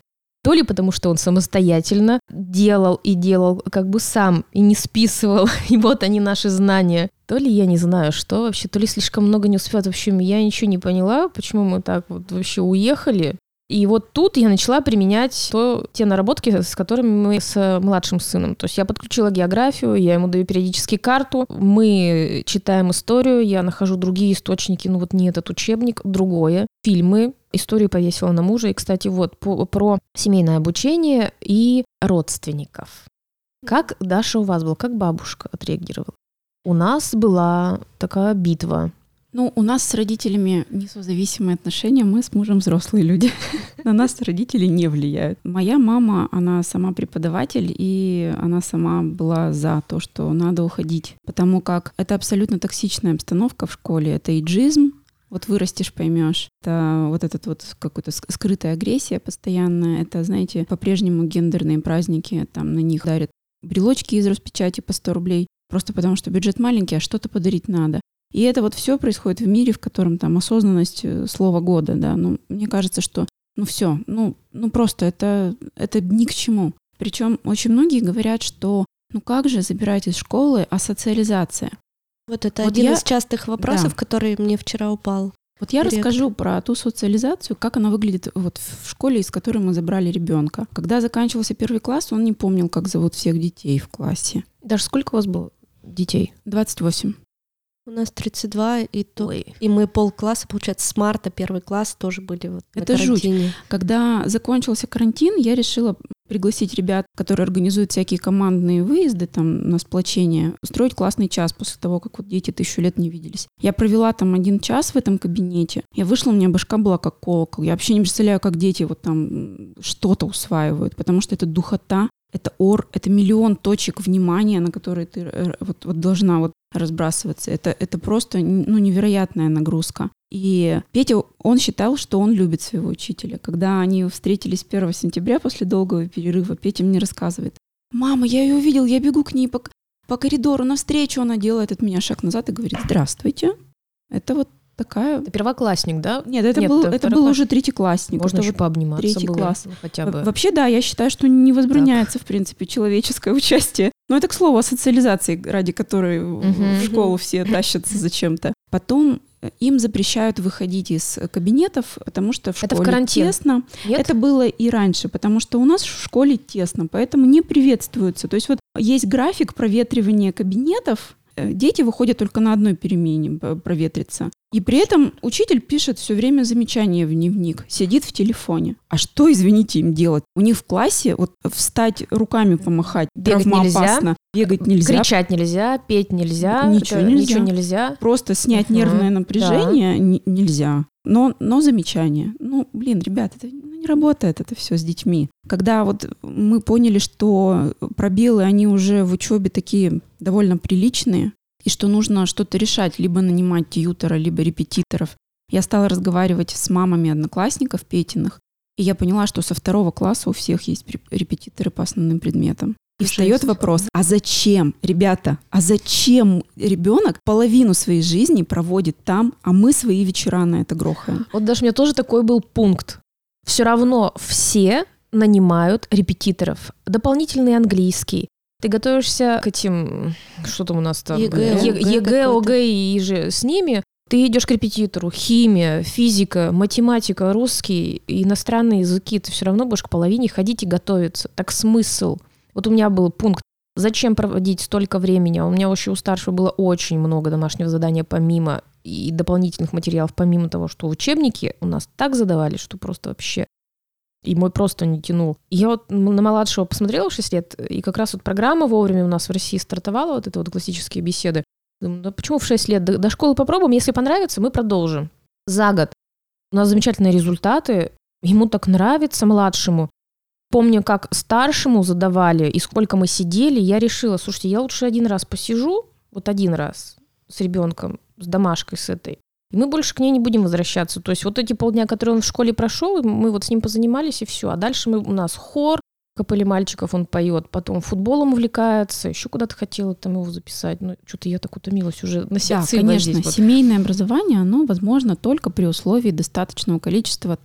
То ли потому, что он самостоятельно делал и делал как бы сам, и не списывал, и вот они наши знания. То ли я не знаю, что вообще, то ли слишком много не успевать. В общем, я ничего не поняла, почему мы так вот вообще уехали. И вот тут я начала применять то, те наработки, с которыми мы с младшим сыном. То есть я подключила географию, я ему даю периодически карту, мы читаем историю, я нахожу другие источники, ну вот не этот учебник, другое, фильмы, историю повесила на мужа. И, кстати, вот по, про семейное обучение и родственников. Как, Даша, у вас было, как бабушка отреагировала? У нас была такая битва. Ну, у нас с родителями не созависимые отношения, мы с мужем взрослые люди. На нас родители не влияют. Моя мама, она сама преподаватель, и она сама была за то, что надо уходить, потому как это абсолютно токсичная обстановка в школе, это эйджизм, вот вырастешь, поймешь. Это вот этот вот какая-то скрытая агрессия постоянная, это, знаете, по-прежнему гендерные праздники, там на них дарят брелочки из распечати по сто рублей, просто потому что бюджет маленький, а что-то подарить надо. И это вот все происходит в мире, в котором там осознанность слова года, да. Ну, мне кажется, что ну все, ну, ну просто это, это ни к чему. Причем очень многие говорят, что ну как же забирать из школы, а социализация? Вот это вот один я, из частых вопросов, да. который мне вчера упал. Вот я Директор. расскажу про ту социализацию, как она выглядит вот в школе, из которой мы забрали ребенка. Когда заканчивался первый класс, он не помнил, как зовут всех детей в классе. Даже сколько у вас было детей? двадцать восемь. У нас тридцать два, и, то, Ой. и мы полкласса, получается, с марта первый класс тоже были вот на Это жуть. карантине. Когда закончился карантин, я решила пригласить ребят, которые организуют всякие командные выезды там на сплочение, устроить классный час после того, как вот дети тысячу лет не виделись. Я провела там один час в этом кабинете. Я вышла, у меня башка была как колокол. Я вообще не представляю, как дети вот там что-то усваивают, потому что это духота, это ор, это миллион точек внимания, на которые ты вот, вот должна вот разбрасываться. Это, это просто ну, невероятная нагрузка. И Петя, он считал, что он любит своего учителя. Когда они встретились первого сентября после долгого перерыва, Петя мне рассказывает: «Мама, я ее увидел, я бегу к ней по, по коридору навстречу, она делает от меня шаг назад и говорит: здравствуйте». Это вот такая... Это первоклассник, да? Нет, это, Нет, был, это это был уже третий классник. Можно это еще вот пообниматься третий было, класс. ну, хотя бы. Вообще, да, я считаю, что не возбраняется, так. в принципе, человеческое участие. Но это, к слову, о социализации, ради которой угу. в школу все тащатся зачем-то. Потом им запрещают выходить из кабинетов, потому что в это школе в карантин. тесно. Нет? Это было и раньше, потому что у нас в школе тесно, поэтому не приветствуется. То есть вот есть график проветривания кабинетов, дети выходят только на одной перемене проветриться. И при этом учитель пишет все время замечания в дневник, сидит в телефоне. А что, извините, им делать? У них в классе вот встать, руками помахать, бегать травмоопасно, нельзя, бегать нельзя. Кричать нельзя, петь нельзя, ничего нельзя. ничего нельзя. Просто снять uh-huh. нервное напряжение да. н- нельзя. Но, но замечания. Ну, блин, ребят, это ну, не работает это все с детьми. Когда вот мы поняли, что пробелы, они уже в учебе такие довольно приличные, и что нужно что-то решать, либо нанимать тьютера, либо репетиторов, я стала разговаривать с мамами одноклассников Петиных, и я поняла, что со второго класса у всех есть репетиторы по основным предметам. И встает вопрос: а зачем, ребята, а зачем ребенок половину своей жизни проводит там, а мы свои вечера на это грохаем? Вот даже у меня тоже такой был пункт. Все равно все нанимают репетиторов. Дополнительный английский. Ты готовишься к этим, что там у нас там? ЕГЭ, ЕГЭ, ОГЭ и же с ними. Ты идешь к репетитору, химия, физика, математика, русский, иностранные языки. Ты все равно будешь к половине ходить и готовиться. Так смысл? Вот у меня был пункт: зачем проводить столько времени? А у меня вообще у старшего было очень много домашнего задания помимо и дополнительных материалов, помимо того, что учебники у нас так задавали, что просто вообще... И мой просто не тянул. И я вот на младшего посмотрела в шесть лет, и как раз вот программа вовремя у нас в России стартовала, вот это вот классические беседы. Думаю, да почему в шесть лет? До, до школы попробуем, если понравится, мы продолжим. За год. У нас замечательные результаты, ему так нравится, младшему. Помню, как старшему задавали, и сколько мы сидели, я решила: слушайте, я лучше один раз посижу, вот один раз с ребенком, с домашкой с этой, и мы больше к ней не будем возвращаться. То есть вот эти полдня, которые он в школе прошел, мы вот с ним позанимались, и все. А дальше мы, у нас хор, капелли мальчиков он поет, потом футболом увлекается, еще куда-то хотела там его записать. Ну, что-то я так утомилась уже на секции. Да, конечно, здесь, вот. Семейное образование, оно возможно только при условии достаточного количества там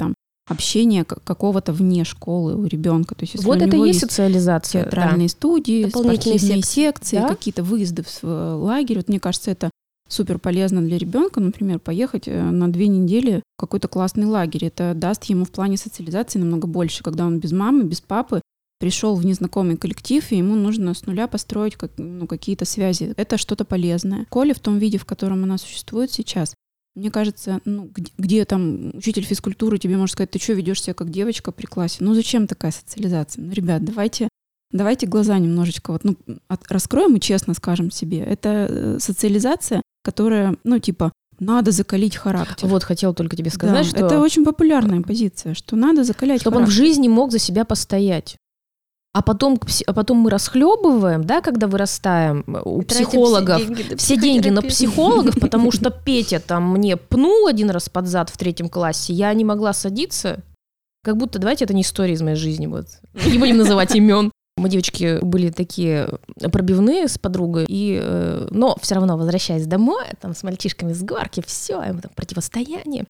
общения какого-то вне школы у ребенка. То есть, если вот у это него и есть социализация. Театральные да. студии, дополнительные спортивные секции, секции, да? какие-то выезды в лагерь. Вот мне кажется, это супер полезно для ребенка, например, поехать на две недели в какой-то классный лагерь. Это даст ему в плане социализации намного больше, когда он без мамы, без папы пришел в незнакомый коллектив, и ему нужно с нуля построить как, ну, какие-то связи. Это что-то полезное. В школе в том виде, в котором она существует сейчас, мне кажется, ну, где, где там учитель физкультуры тебе может сказать, ты что, ведешь себя как девочка при классе? Ну зачем такая социализация? Ну, ребят, давайте, давайте глаза немножечко вот, ну, от, раскроем и честно скажем себе. Это социализация, которая, ну, типа, надо закалить характер. Вот хотела только тебе сказать, да, что... это очень популярная позиция, что надо закалять чтобы характер. он в жизни мог за себя постоять. А потом, а потом мы расхлебываем, да, когда вырастаем у психологов, все деньги, все деньги на психологов, потому что Петя там мне пнул один раз под зад в третьем классе, я не могла садиться. Как будто, давайте, это не история из моей жизни, вот. Не будем называть имен. Мы, девочки, были такие пробивные с подругой, и, э, но все равно, возвращаясь домой, там с мальчишками с горки, все, там противостояние.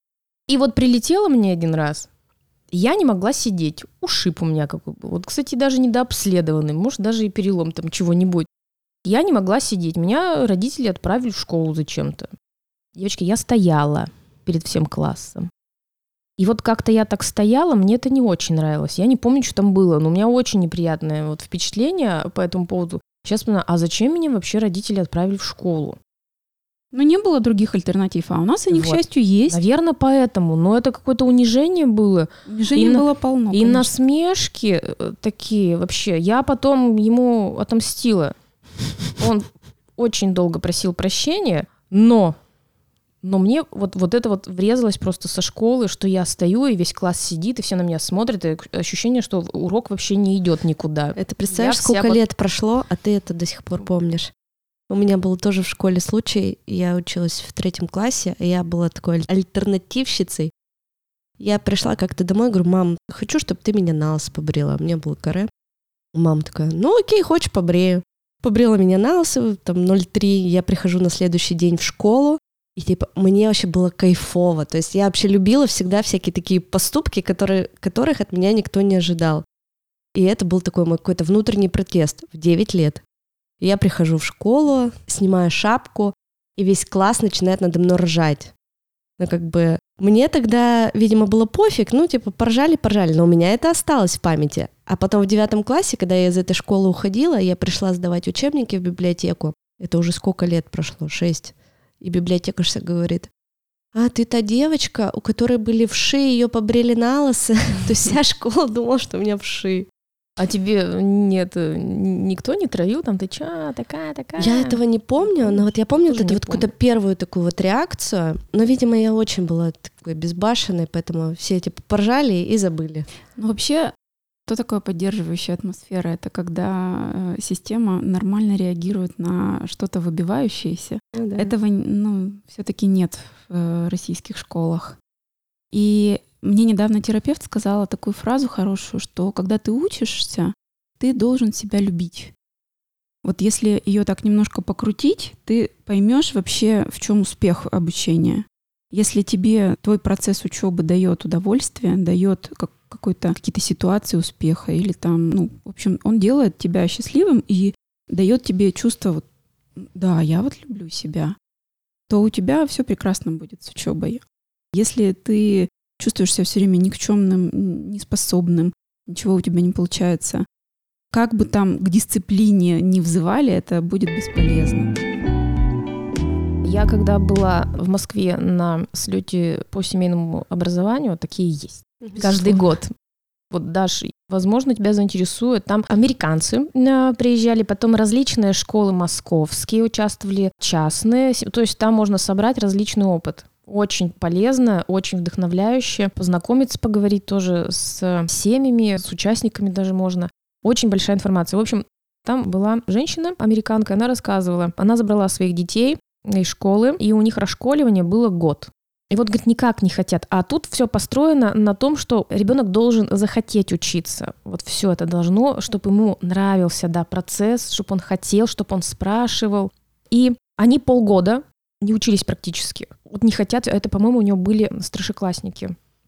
И вот прилетела мне один раз, я не могла сидеть, ушиб у меня какой был. Вот, кстати, даже недообследованный, может, даже и перелом там чего-нибудь. Я не могла сидеть, меня родители отправили в школу зачем-то. Девочки, я стояла перед всем классом. И вот как-то я так стояла, мне это не очень нравилось. Я не помню, что там было, но у меня очень неприятное вот впечатление по этому поводу. Сейчас вспоминаю, а зачем меня вообще родители отправили в школу? Но не было других альтернатив, а у нас они, вот, к счастью, есть. Наверное, поэтому. Но это какое-то унижение было. Унижение было полно, И конечно. Насмешки такие вообще. Я потом ему отомстила. Он очень долго просил прощения, но... Но мне вот, вот это вот врезалось просто со школы, что я стою, и весь класс сидит, и все на меня смотрят, и ощущение, что урок вообще не идет никуда. Это представляешь, я сколько лет под... прошло, а ты это до сих пор помнишь. У меня был тоже в школе случай, я училась в третьем классе, и я была такой альтернативщицей. Я пришла как-то домой, говорю, мам, хочу, чтобы ты меня на лысо побрила. Мне было каре. Мама такая, ну окей, хочешь, побрею. Побрила меня на лысо, там ноль три, я прихожу на следующий день в школу, и типа мне вообще было кайфово. То есть я вообще любила всегда всякие такие поступки, которые, которых от меня никто не ожидал. И это был такой мой какой-то внутренний протест в девять лет. Я прихожу в школу, снимаю шапку, и весь класс начинает надо мной ржать. Ну, как бы, мне тогда, видимо, было пофиг, ну, типа, поржали, поржали, но у меня это осталось в памяти. А потом в девятом классе, когда я из этой школы уходила, я пришла сдавать учебники в библиотеку. Это уже сколько лет прошло? Шесть. И библиотекарша говорит, а ты та девочка, у которой были вши, ее побрили на лысо. То есть вся школа думала, что у меня вши. А тебе нет, никто не травил, там ты чё, такая, такая? Я этого не помню, но вот я помню вот эту вот какую-то первую такую вот реакцию, но, видимо, я очень была такой безбашенной, поэтому все эти поржали и забыли. Ну, вообще, что такое поддерживающая атмосфера? Это когда система нормально реагирует на что-то выбивающееся. Ну, да. Этого, ну, все-таки нет в российских школах. И мне недавно терапевт сказала такую фразу хорошую, что когда ты учишься, ты должен себя любить. Вот если ее так немножко покрутить, ты поймешь вообще, в чем успех обучения. Если тебе твой процесс учебы дает удовольствие, дает как, какой-то, какие-то ситуации успеха, или там, ну, в общем, он делает тебя счастливым и дает тебе чувство, вот, да, я вот люблю себя, то у тебя все прекрасно будет с учебой. Если ты чувствуешь себя все время никчемным, неспособным, ничего у тебя не получается, как бы там к дисциплине не взывали, это будет бесполезно. Я когда была в Москве на слете по семейному образованию, такие есть. Безусловно. Каждый год. Вот, Даш, возможно, тебя заинтересует. Там американцы приезжали, потом различные школы московские участвовали, частные. То есть там можно собрать различный опыт. Очень полезно, очень вдохновляюще. Познакомиться, поговорить тоже с семьями, с участниками даже можно. Очень большая информация. В общем, там была женщина, американка, она рассказывала. Она забрала своих детей из школы, и у них расшколивание было год. И вот, говорит, никак не хотят. А тут все построено на том, что ребенок должен захотеть учиться. Вот все это должно, чтобы ему нравился, да, процесс, чтобы он хотел, чтобы он спрашивал. И они полгода не учились практически. Вот не хотят, это, по-моему, у него были старшеклассники.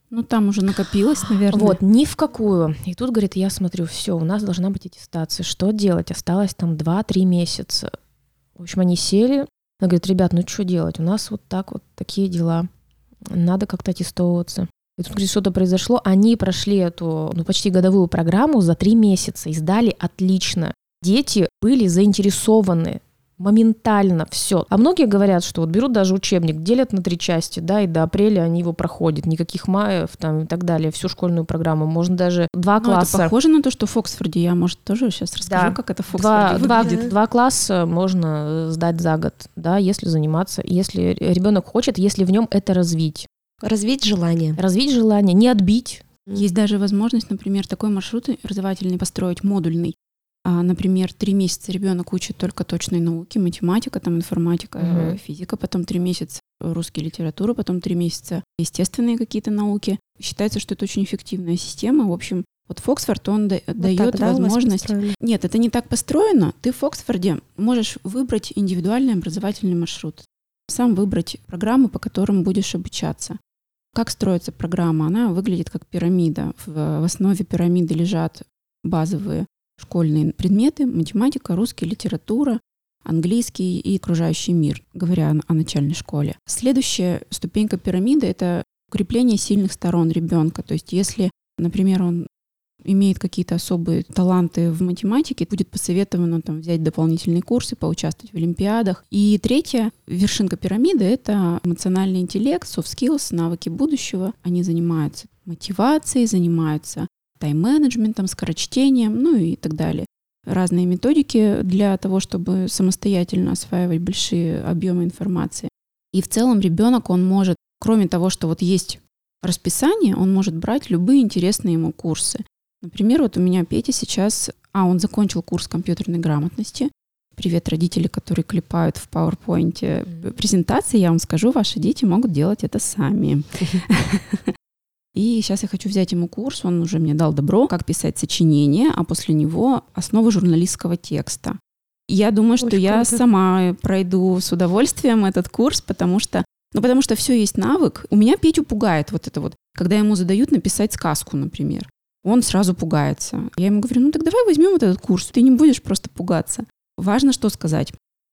Ну, там уже накопилось, наверное. Вот, ни в какую. И тут, говорит, я смотрю, все, у нас должна быть аттестация. Что делать? Осталось там два-три месяца. В общем, они сели. Она говорит, ребят, ну что делать? У нас вот так вот такие дела. Надо как-то аттестовываться. И тут, говорит, что-то произошло. Они прошли эту, ну, почти годовую программу за три месяца и сдали отлично. Дети были заинтересованы моментально, все. А многие говорят, что вот берут даже учебник, делят на три части, да, и до апреля они его проходят. Никаких маев там и так далее, всю школьную программу. Можно даже два ну, класса. Это похоже на то, что в Оксфорде. Я, может, тоже сейчас расскажу, да. как это в Два, Оксфорде два, выглядит. два класса можно сдать за год, да, если заниматься, если ребенок хочет, если в нем это развить. Развить желание. Развить желание, не отбить. Есть даже возможность, например, такой маршрут образовательный построить, модульный. А, например, три месяца ребенок учит только точной науки, математика, там информатика, uh-huh. физика, потом три месяца русский, литература, потом три месяца естественные какие-то науки. Считается, что это очень эффективная система. В общем, вот Оксфорд, он да- вот дает так, да, возможность... Нет, это не так построено. Ты в Оксфорде можешь выбрать индивидуальный образовательный маршрут, сам выбрать программу, по которым будешь обучаться. Как строится программа? Она выглядит как пирамида. В, в основе пирамиды лежат базовые школьные предметы: математика, русский, литература, английский и окружающий мир, говоря о, о начальной школе. Следующая ступенька пирамиды — это укрепление сильных сторон ребенка. То есть если, например, он имеет какие-то особые таланты в математике, будет посоветовано там взять дополнительные курсы, поучаствовать в олимпиадах. И третья вершинка пирамиды — это эмоциональный интеллект, soft skills, навыки будущего. Они занимаются мотивацией, занимаются тайм-менеджментом, скорочтением, ну и так далее. Разные методики для того, чтобы самостоятельно осваивать большие объемы информации. И в целом ребенок, он может, кроме того, что вот есть расписание, он может брать любые интересные ему курсы. Например, вот у меня Петя сейчас, а он закончил курс компьютерной грамотности. Привет, родители, которые клепают в PowerPoint презентации. Я вам скажу, ваши дети могут делать это сами. И сейчас я хочу взять ему курс, он уже мне дал добро, как писать сочинение, а после него основы журналистского текста. И я думаю, что Очень я круто. Сама пройду с удовольствием этот курс, потому что, ну, потому что все есть навык. У меня Петю пугает вот это вот, когда ему задают написать сказку, например. Он сразу пугается. Я ему говорю, ну так давай возьмем вот этот курс, ты не будешь просто пугаться. Важно что сказать.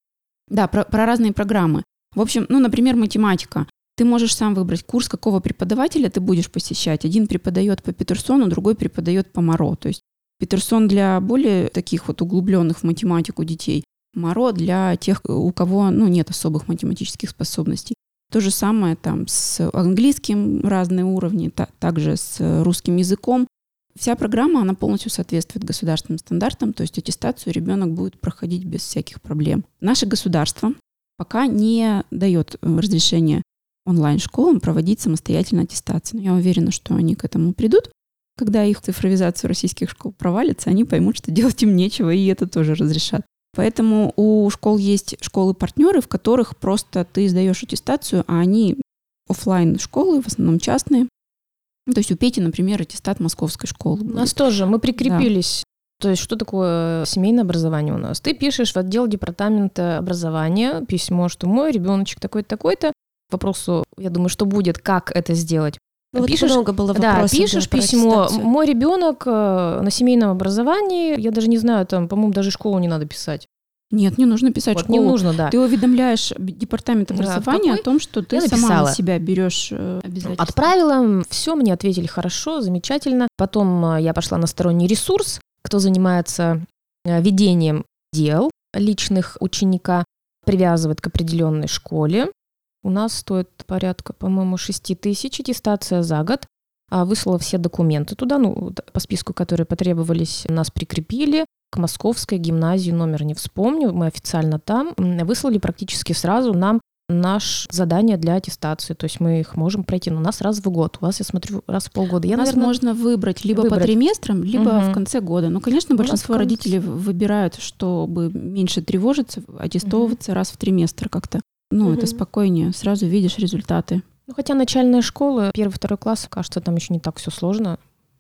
Да, про, про разные программы. В общем, ну, например, математика. Ты можешь сам выбрать курс, какого преподавателя ты будешь посещать. Один преподает по Петерсону, другой преподает по Моро. То есть Петерсон для более таких вот углубленных в математику детей, Моро для тех, у кого ну, нет особых математических способностей. То же самое там с английским разные уровни, та, также с русским языком. Вся программа, она полностью соответствует государственным стандартам, то есть аттестацию ребенок будет проходить без всяких проблем. Наше государство пока не дает разрешения онлайн-школам проводить самостоятельно аттестацию. Но я уверена, что они к этому придут. Когда их цифровизацию российских школ провалится, они поймут, что делать им нечего, и это тоже разрешат. Поэтому у школ есть школы-партнеры, в которых просто ты сдаешь аттестацию, а они офлайн-школы, в основном частные. Ну, то есть у Пети, например, аттестат московской школы будет. У нас тоже, мы прикрепились. Да. То есть что такое семейное образование у нас? Ты пишешь в отдел департамента образования письмо, что мой ребеночек такой-то, такой-то. К вопросу, я думаю, что будет, как это сделать. Ну, пишешь, вот много было вопросов. Да, пишешь да, письмо, мой ребенок на семейном образовании, я даже не знаю, там, по-моему, даже школу не надо писать. Нет, не нужно писать вот, школу. Не нужно, да. Ты уведомляешь департамент образования да, о том, что ты я сама написала. на себя берешь обязательства. Отправила, все, мне ответили хорошо, замечательно. Потом я пошла на сторонний ресурс, кто занимается ведением дел личных ученика, привязывает к определенной школе. У нас стоит порядка, по-моему, шесть тысяч аттестация за год. Выслала все документы туда, ну, по списку, которые потребовались, нас прикрепили. К Московской гимназии, номер не вспомню, мы официально там. Выслали практически сразу нам наше задание для аттестации. То есть мы их можем пройти, но у нас раз в год. У вас, я смотрю, раз в полгода. Я, у нас наверное, можно выбрать либо выбрать. по триместрам, либо угу. в конце года. Ну, конечно, большинство родителей выбирают, чтобы меньше тревожиться, аттестовываться угу. раз в триместр как-то. Ну, угу. это спокойнее, сразу видишь результаты. Ну, хотя начальная школа, первый-второй класс, кажется, там еще не так все сложно,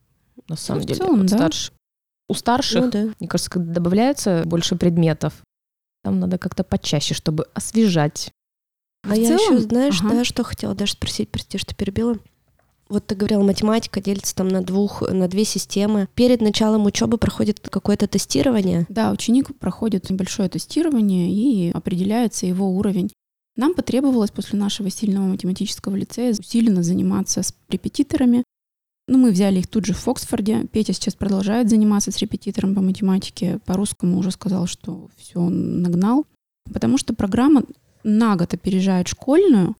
на самом ну, деле. Целом, вот да. старше. У старших, ну, да. мне кажется, когда добавляется больше предметов, там надо как-то почаще, чтобы освежать. А в я целом? еще, знаешь, ага. да, что хотела даже спросить, прости, что перебила. Вот ты говорила, математика делится там на двух, на две системы. Перед началом учебы проходит какое-то тестирование? Да, ученик проходит небольшое тестирование и определяется его уровень. Нам потребовалось после нашего сильного математического лицея усиленно заниматься с репетиторами. Ну, мы взяли их тут же в Оксфорде. Петя сейчас продолжает заниматься с репетитором по математике. По-русскому уже сказал, что все он нагнал. Потому что программа на год опережает школьную,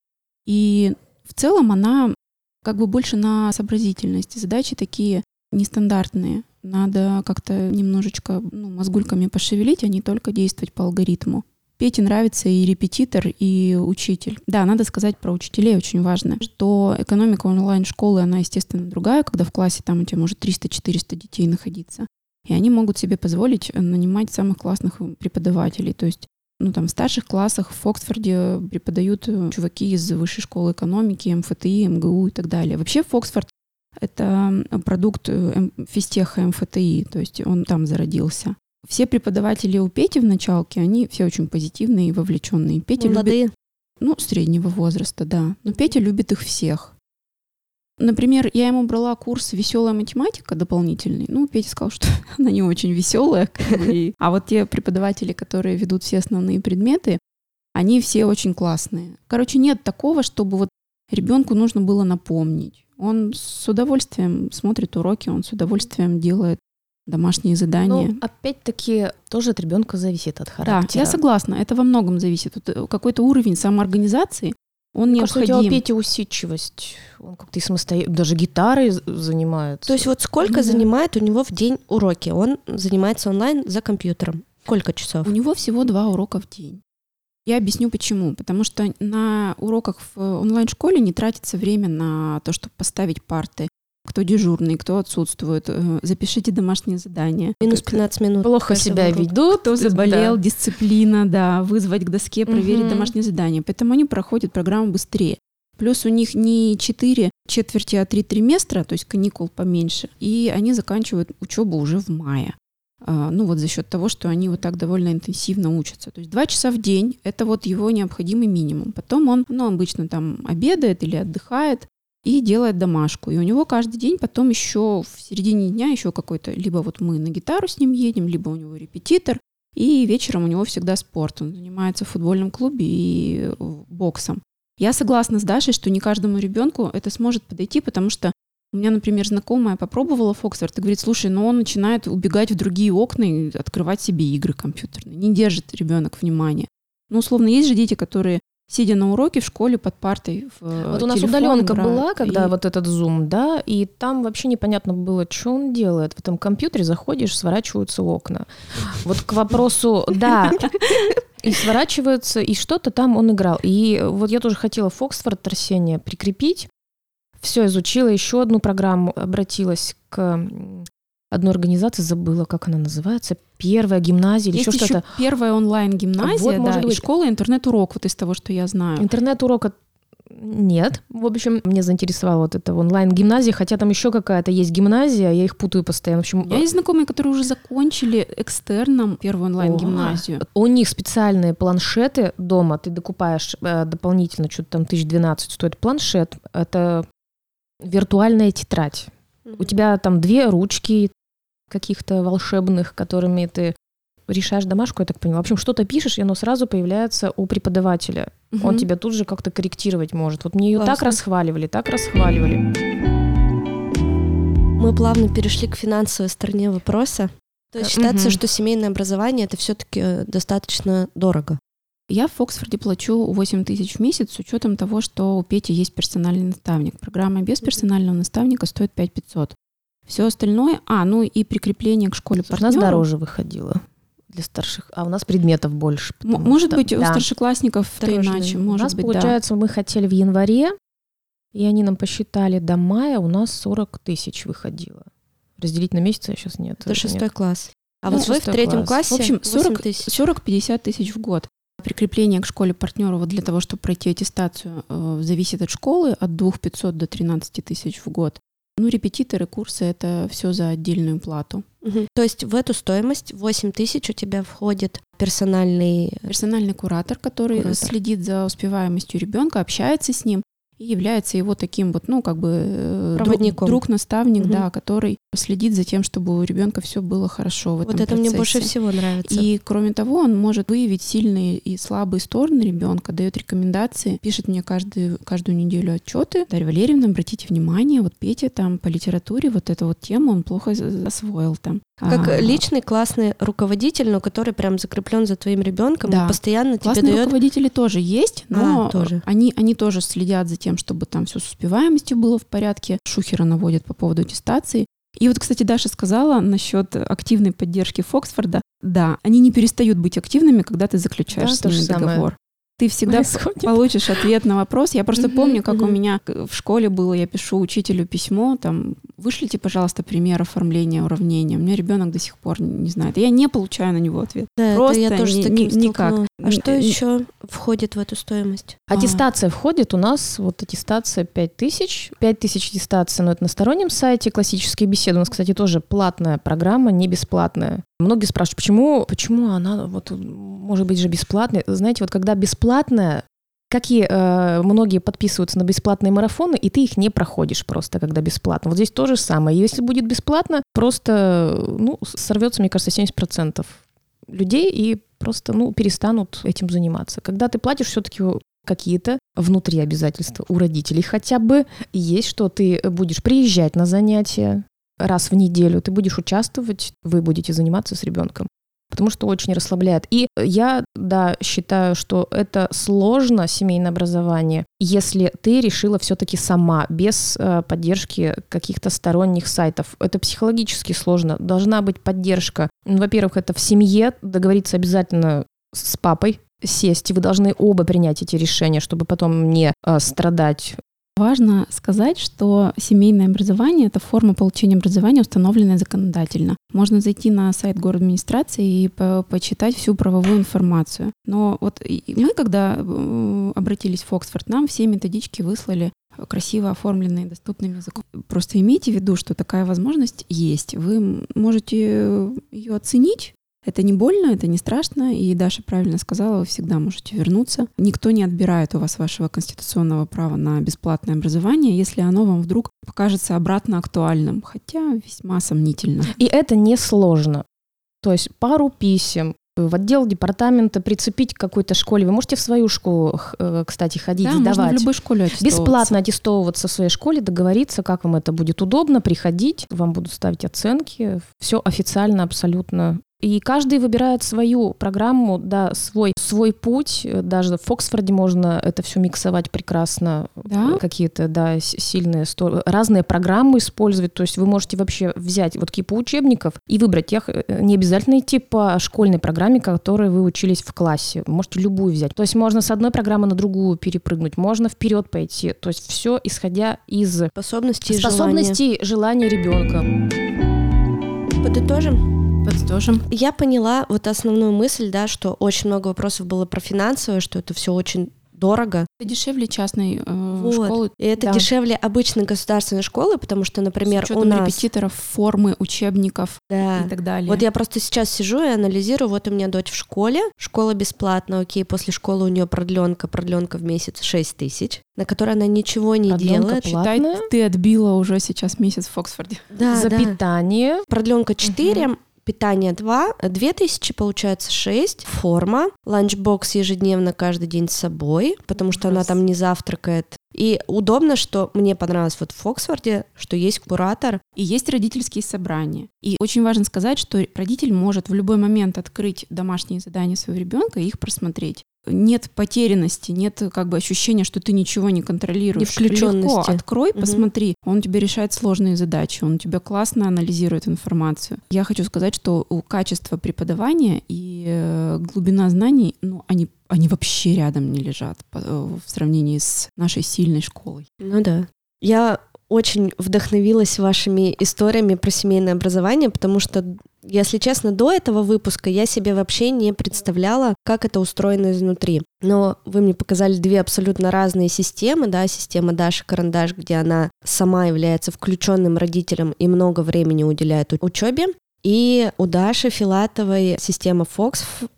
и в целом она как бы больше на сообразительность. Задачи такие нестандартные. Надо как-то немножечко ну, мозгульками пошевелить, а не только действовать по алгоритму. Пете нравится и репетитор, и учитель. Да, надо сказать про учителей, очень важно, что экономика онлайн-школы, она, естественно, другая, когда в классе там у тебя может триста-четыреста детей находиться. И они могут себе позволить нанимать самых классных преподавателей. То есть ну, там, в старших классах в Оксфорде преподают чуваки из высшей школы экономики, эм эф тэ и, эм гэ у и так далее. Вообще Оксфорд — это продукт физтеха эм эф тэ и, то есть он там зародился. Все преподаватели у Пети в началке, они все очень позитивные и вовлеченные. Петя Молодые? Любит, ну, среднего возраста, да. Но Петя любит их всех. Например, я ему брала курс «Веселая математика» дополнительный. Ну, Петя сказал, что она не очень веселая. А вот те преподаватели, которые ведут все основные предметы, они все очень классные. Короче, нет такого, чтобы вот ребенку нужно было напомнить. Он с удовольствием смотрит уроки, он с удовольствием делает домашние задания. Ну, опять-таки, тоже от ребенка зависит, от характера. Да, я согласна, это во многом зависит. Вот какой-то уровень самоорганизации, он Мне необходим. кажется, у тебя у Пети усидчивость. Он как-то и самостоятельно, даже гитарой занимается. То есть вот сколько да. занимает у него в день уроки? Он занимается онлайн за компьютером. Сколько часов? У него всего два урока в день. Я объясню почему. Потому что на уроках в онлайн-школе не тратится время на то, чтобы поставить парты. Кто дежурный, кто отсутствует. Запишите домашнее задание. Минус пятнадцать минут. Плохо себя ведут. Кто заболел, да. Дисциплина, да, вызвать к доске, проверить угу. домашнее задание. Поэтому они проходят программу быстрее. Плюс у них не четыре четверти, а три триместра, то есть каникул поменьше. И они заканчивают учебу уже в мае. Ну вот за счет того, что они вот так довольно интенсивно учатся. То есть два часа в день — это вот его необходимый минимум. Потом он, ну, обычно там обедает или отдыхает и делает домашку. И у него каждый день потом еще в середине дня еще какой-то, либо вот мы на гитару с ним едем, либо у него репетитор, и вечером у него всегда спорт. Он занимается в футбольном клубе и боксом. Я согласна с Дашей, что не каждому ребенку это сможет подойти, потому что у меня, например, знакомая попробовала в Оксфорд и говорит: слушай, ну он начинает убегать в другие окна и открывать себе игры компьютерные. Не держит ребенок внимания. Ну, условно, есть же дети, которые, сидя на уроке в школе под партой, в Вот у нас удаленка была, когда и... вот этот Zoom, да, и там вообще непонятно было, что он делает. В этом компьютере заходишь, сворачиваются окна. Вот к вопросу, да, и сворачиваются, и что-то там он играл. И вот я тоже хотела в Оксфорд, Арсения, прикрепить. Все изучила, еще одну программу, обратилась к одной организации, забыла, как она называется, первая гимназия или еще что-то. Есть еще первая онлайн-гимназия, вот, да, может быть. И школа, интернет-урок, вот из того, что я знаю. Интернет-урока нет. В общем, мне заинтересовала вот эта онлайн-гимназия, хотя там еще какая-то есть гимназия, я их путаю постоянно. В общем, у меня есть знакомые, которые уже закончили экстерном первую онлайн-гимназию. О, у них специальные планшеты дома, ты докупаешь э, дополнительно, что-то там тысяч двенадцать стоит планшет, это виртуальная тетрадь. Mm-hmm. У тебя там две ручки каких-то волшебных, которыми ты решаешь домашку, я так поняла. В общем, что-то пишешь, и оно сразу появляется у преподавателя. Mm-hmm. Он тебя тут же как-то корректировать может. Вот мне ее так расхваливали, так расхваливали. Мы плавно перешли к финансовой стороне вопроса. То есть считается, mm-hmm. что семейное образование — это все-таки достаточно дорого. Я в Оксфорде плачу восемь тысяч в месяц с учетом того, что у Пети есть персональный наставник. Программа без персонального наставника стоит пять тысяч пятьсот. Все остальное, а, ну и прикрепление к школе партнёра. У нас дороже выходило для старших, а у нас предметов больше. Может что, быть, да. у старшеклассников это иначе. Может у нас, быть, получается, да. мы хотели в январе, и они нам посчитали до мая, у нас сорок тысяч выходило. Разделить на месяц я сейчас нет. Это шестой нет. класс. А ну, вот вы в третьем класс. классе в общем, сорок-пятьдесят тысяч в год. Прикрепление к школе партнера вот для того, чтобы пройти аттестацию, э, зависит от школы, от две тысячи пятьсот до тринадцать тысяч в год. Ну, репетиторы, курсы — это все за отдельную плату. Угу. То есть в эту стоимость восемь тысяч у тебя входит персональный... Персональный куратор, который куратор. следит за успеваемостью ребенка, общается с ним. и является его таким вот, ну, как бы проводником. Друг, наставник, угу. да, который следит за тем, чтобы у ребенка все было хорошо в этом Вот это процессе. мне больше всего нравится. И кроме того, он может выявить сильные и слабые стороны ребенка, дает рекомендации, пишет мне каждую, каждую неделю отчеты. Дарья Валерьевна, обратите внимание, вот Петя там по литературе вот эту вот тему он плохо освоил там. Как а, личный классный руководитель, но который прям закреплен за твоим ребенком, да. и постоянно Классные тебе дает... руководители тоже есть, но а, тоже. Они, они тоже следят за тем, чтобы там все с успеваемостью было в порядке. Шухера наводят по поводу аттестации. И вот, кстати, Даша сказала насчет активной поддержки Фоксфорда. Да, они не перестают быть активными, когда ты заключаешь да, с ними договор. Самое. Ты всегда происходит. Получишь ответ на вопрос. Я просто uh-huh, помню, как uh-huh. у меня в школе было, я пишу учителю письмо, там, вышлите, пожалуйста, пример оформления уравнения. У меня ребенок до сих пор не знает. Я не получаю на него ответ. Да, просто это я тоже ни, с таким ни, никак. А что еще входит в эту стоимость? Аттестация а. входит. У нас вот аттестация пять тысяч. пять тысяч аттестация, но это на стороннем сайте. Классические беседы. У нас, кстати, тоже платная программа, не бесплатная. Многие спрашивают, почему, почему она вот, может быть же бесплатная? Знаете, вот когда бесплатная, какие э, многие подписываются на бесплатные марафоны, и ты их не проходишь просто, когда бесплатно. Вот здесь то же самое. Если будет бесплатно, просто ну, сорвется, мне кажется, семьдесят процентов людей и просто ну, перестанут этим заниматься. Когда ты платишь, все-таки какие-то внутри обязательства у родителей хотя бы есть, что ты будешь приезжать на занятия раз в неделю, ты будешь участвовать, вы будете заниматься с ребенком. Потому что очень расслабляет. И я, да, считаю, что это сложно, семейное образование, если ты решила все-таки сама, без э, поддержки каких-то сторонних сайтов. Это психологически сложно. Должна быть поддержка. Ну, во-первых, это в семье, договориться обязательно с папой, сесть, и вы должны оба принять эти решения, чтобы потом не э, страдать. Важно сказать, что семейное образование — это форма получения образования, установленная законодательно. Можно зайти на сайт городадминистрации и по- почитать всю правовую информацию. Но вот мы, когда обратились в Фоксфорд, нам все методички выслали красиво оформленные, доступными языком. Просто имейте в виду, что такая возможность есть. Вы можете ее оценить. Это не больно, это не страшно, и Даша правильно сказала, вы всегда можете вернуться. Никто не отбирает у вас вашего конституционного права на бесплатное образование, если оно вам вдруг покажется обратно актуальным, хотя весьма сомнительно. И это несложно. То есть пару писем в отдел департамента прицепить к какой-то школе. Вы можете в свою школу, кстати, ходить, да, сдавать. можно в любой школе аттестовываться. Бесплатно аттестовываться в своей школе, договориться, как вам это будет удобно, приходить, вам будут ставить оценки. Все официально абсолютно. И каждый выбирает свою программу, да, свой, свой путь. Даже в Фоксфорде можно это все миксовать прекрасно. Да? Какие-то, да, сильные стороны. Разные программы использовать. То есть вы можете вообще взять вот кипу учебников и выбрать их. Не обязательно идти по школьной программе, которой вы учились в классе. Вы можете любую взять. То есть можно с одной программы на другую перепрыгнуть. Можно вперед пойти. То есть все исходя из способностей и способностей, желания ребенка. Подытожим? Подытожим. Я поняла вот основную мысль, да, что очень много вопросов было про финансовое, что это все очень дорого. Это дешевле частной э, вот. школы. И это да. дешевле обычной государственной школы, потому что, например, с учетом у нас... репетиторов, формы, учебников да. и так далее. Вот я просто сейчас сижу и анализирую, вот у меня дочь в школе, школа бесплатная, окей, после школы у нее продленка, продленка в месяц шесть тысяч, на которой она ничего не продленка делает. Платная. Считай, ты отбила уже сейчас месяц в Фоксфорде. Да, За да. питание. Продленка четыре, угу. Питание два, две тысячи, получается шесть, форма, ланчбокс ежедневно каждый день с собой, потому что Раз. Она там не завтракает. И удобно, что мне понравилось вот в Фоксфорде, что есть куратор. И есть родительские собрания. И очень важно сказать, что родитель может в любой момент открыть домашние задания своего ребенка и их просмотреть. Нет потерянности, нет как бы ощущения, что ты ничего не контролируешь. Не включенности. Легко открой, угу. посмотри. Он у тебя решает сложные задачи, он у тебя классно анализирует информацию. Я хочу сказать, что у качества преподавания и глубина знаний, ну, они, они вообще рядом не лежат в сравнении с нашей сильной школой. Ну да. Я очень вдохновилась вашими историями про семейное образование, потому что, если честно, до этого выпуска я себе вообще не представляла, как это устроено изнутри. Но вы мне показали две абсолютно разные системы, да, система Даши Карандаш, где она сама является включенным родителем и много времени уделяет учебе, и у Даши Филатовой система Fox,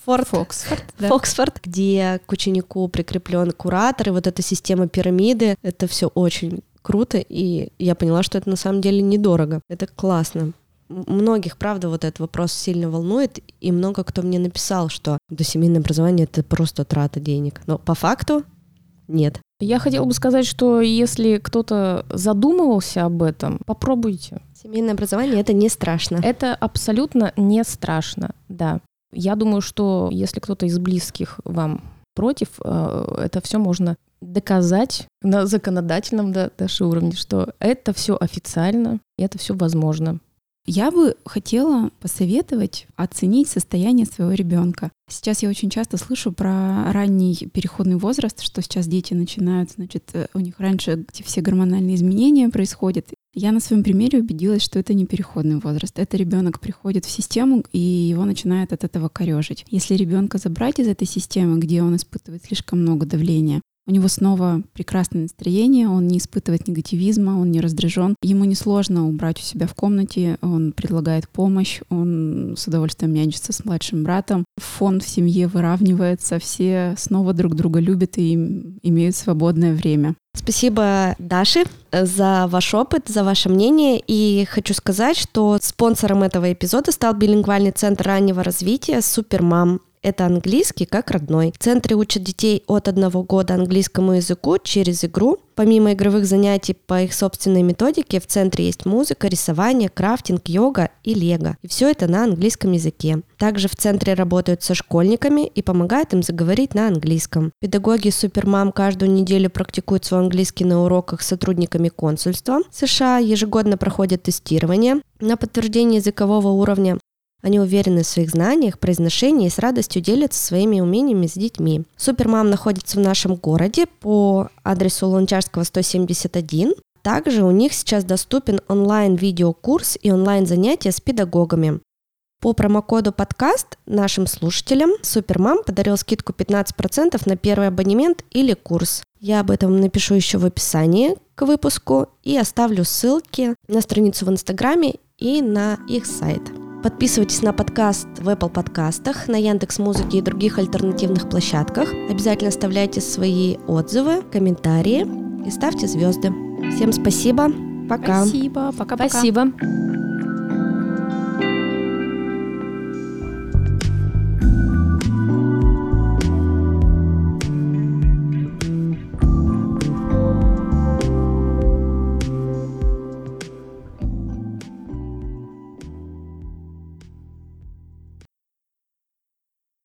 Форд. Фоксфорд, да. Фоксфорд, где к ученику прикреплен куратор, и вот эта система пирамиды, это все очень круто, и я поняла, что это на самом деле недорого. Это классно. Многих, правда, вот этот вопрос сильно волнует, и много кто мне написал, что досемейное образование — это просто трата денег. Но по факту нет. Я хотела бы сказать, что если кто-то задумывался об этом, попробуйте. Семейное образование — это не страшно. Это абсолютно не страшно, да. Я думаю, что если кто-то из близких вам против, это все можно доказать на законодательном да, даже уровне, что это все официально, и это все возможно. Я бы хотела посоветовать оценить состояние своего ребенка. Сейчас я очень часто слышу про ранний переходный возраст, что сейчас дети начинают, значит, у них раньше все гормональные изменения происходят. Я на своем примере убедилась, что это не переходный возраст. Это ребенок приходит в систему, и его начинает от этого корежить. Если ребенка забрать из этой системы, где он испытывает слишком много давления, у него снова прекрасное настроение, он не испытывает негативизма, он не раздражен. Ему несложно убрать у себя в комнате, он предлагает помощь, он с удовольствием нянчится с младшим братом. Фон в семье выравнивается, все снова друг друга любят и имеют свободное время. Спасибо, Даше, за ваш опыт, за ваше мнение. И хочу сказать, что спонсором этого эпизода стал билингвальный центр раннего развития «Супермам». Это английский как родной. В центре учат детей от одного года английскому языку через игру. Помимо игровых занятий по их собственной методике, в центре есть музыка, рисование, крафтинг, йога и лего. И все это на английском языке. Также в центре работают со школьниками и помогают им заговорить на английском. Педагоги Супермам каждую неделю практикуют свой английский на уроках с сотрудниками консульства США, ежегодно проходят тестирование на подтверждение языкового уровня. Они уверены в своих знаниях, произношении и с радостью делятся своими умениями с детьми. Супермам находится в нашем городе по адресу Луначарского сто семьдесят один. Также у них сейчас доступен онлайн-видеокурс и онлайн-занятия с педагогами. По промокоду подкаст нашим слушателям Супермам подарил скидку пятнадцать процентов на первый абонемент или курс. Я об этом напишу еще в описании к выпуску и оставлю ссылки на страницу в Инстаграме и на их сайт. Подписывайтесь на подкаст в Apple подкастах, на Яндекс.Музыке и других альтернативных площадках. Обязательно оставляйте свои отзывы, комментарии и ставьте звезды. Всем спасибо. Пока. Спасибо. Пока-пока. Спасибо.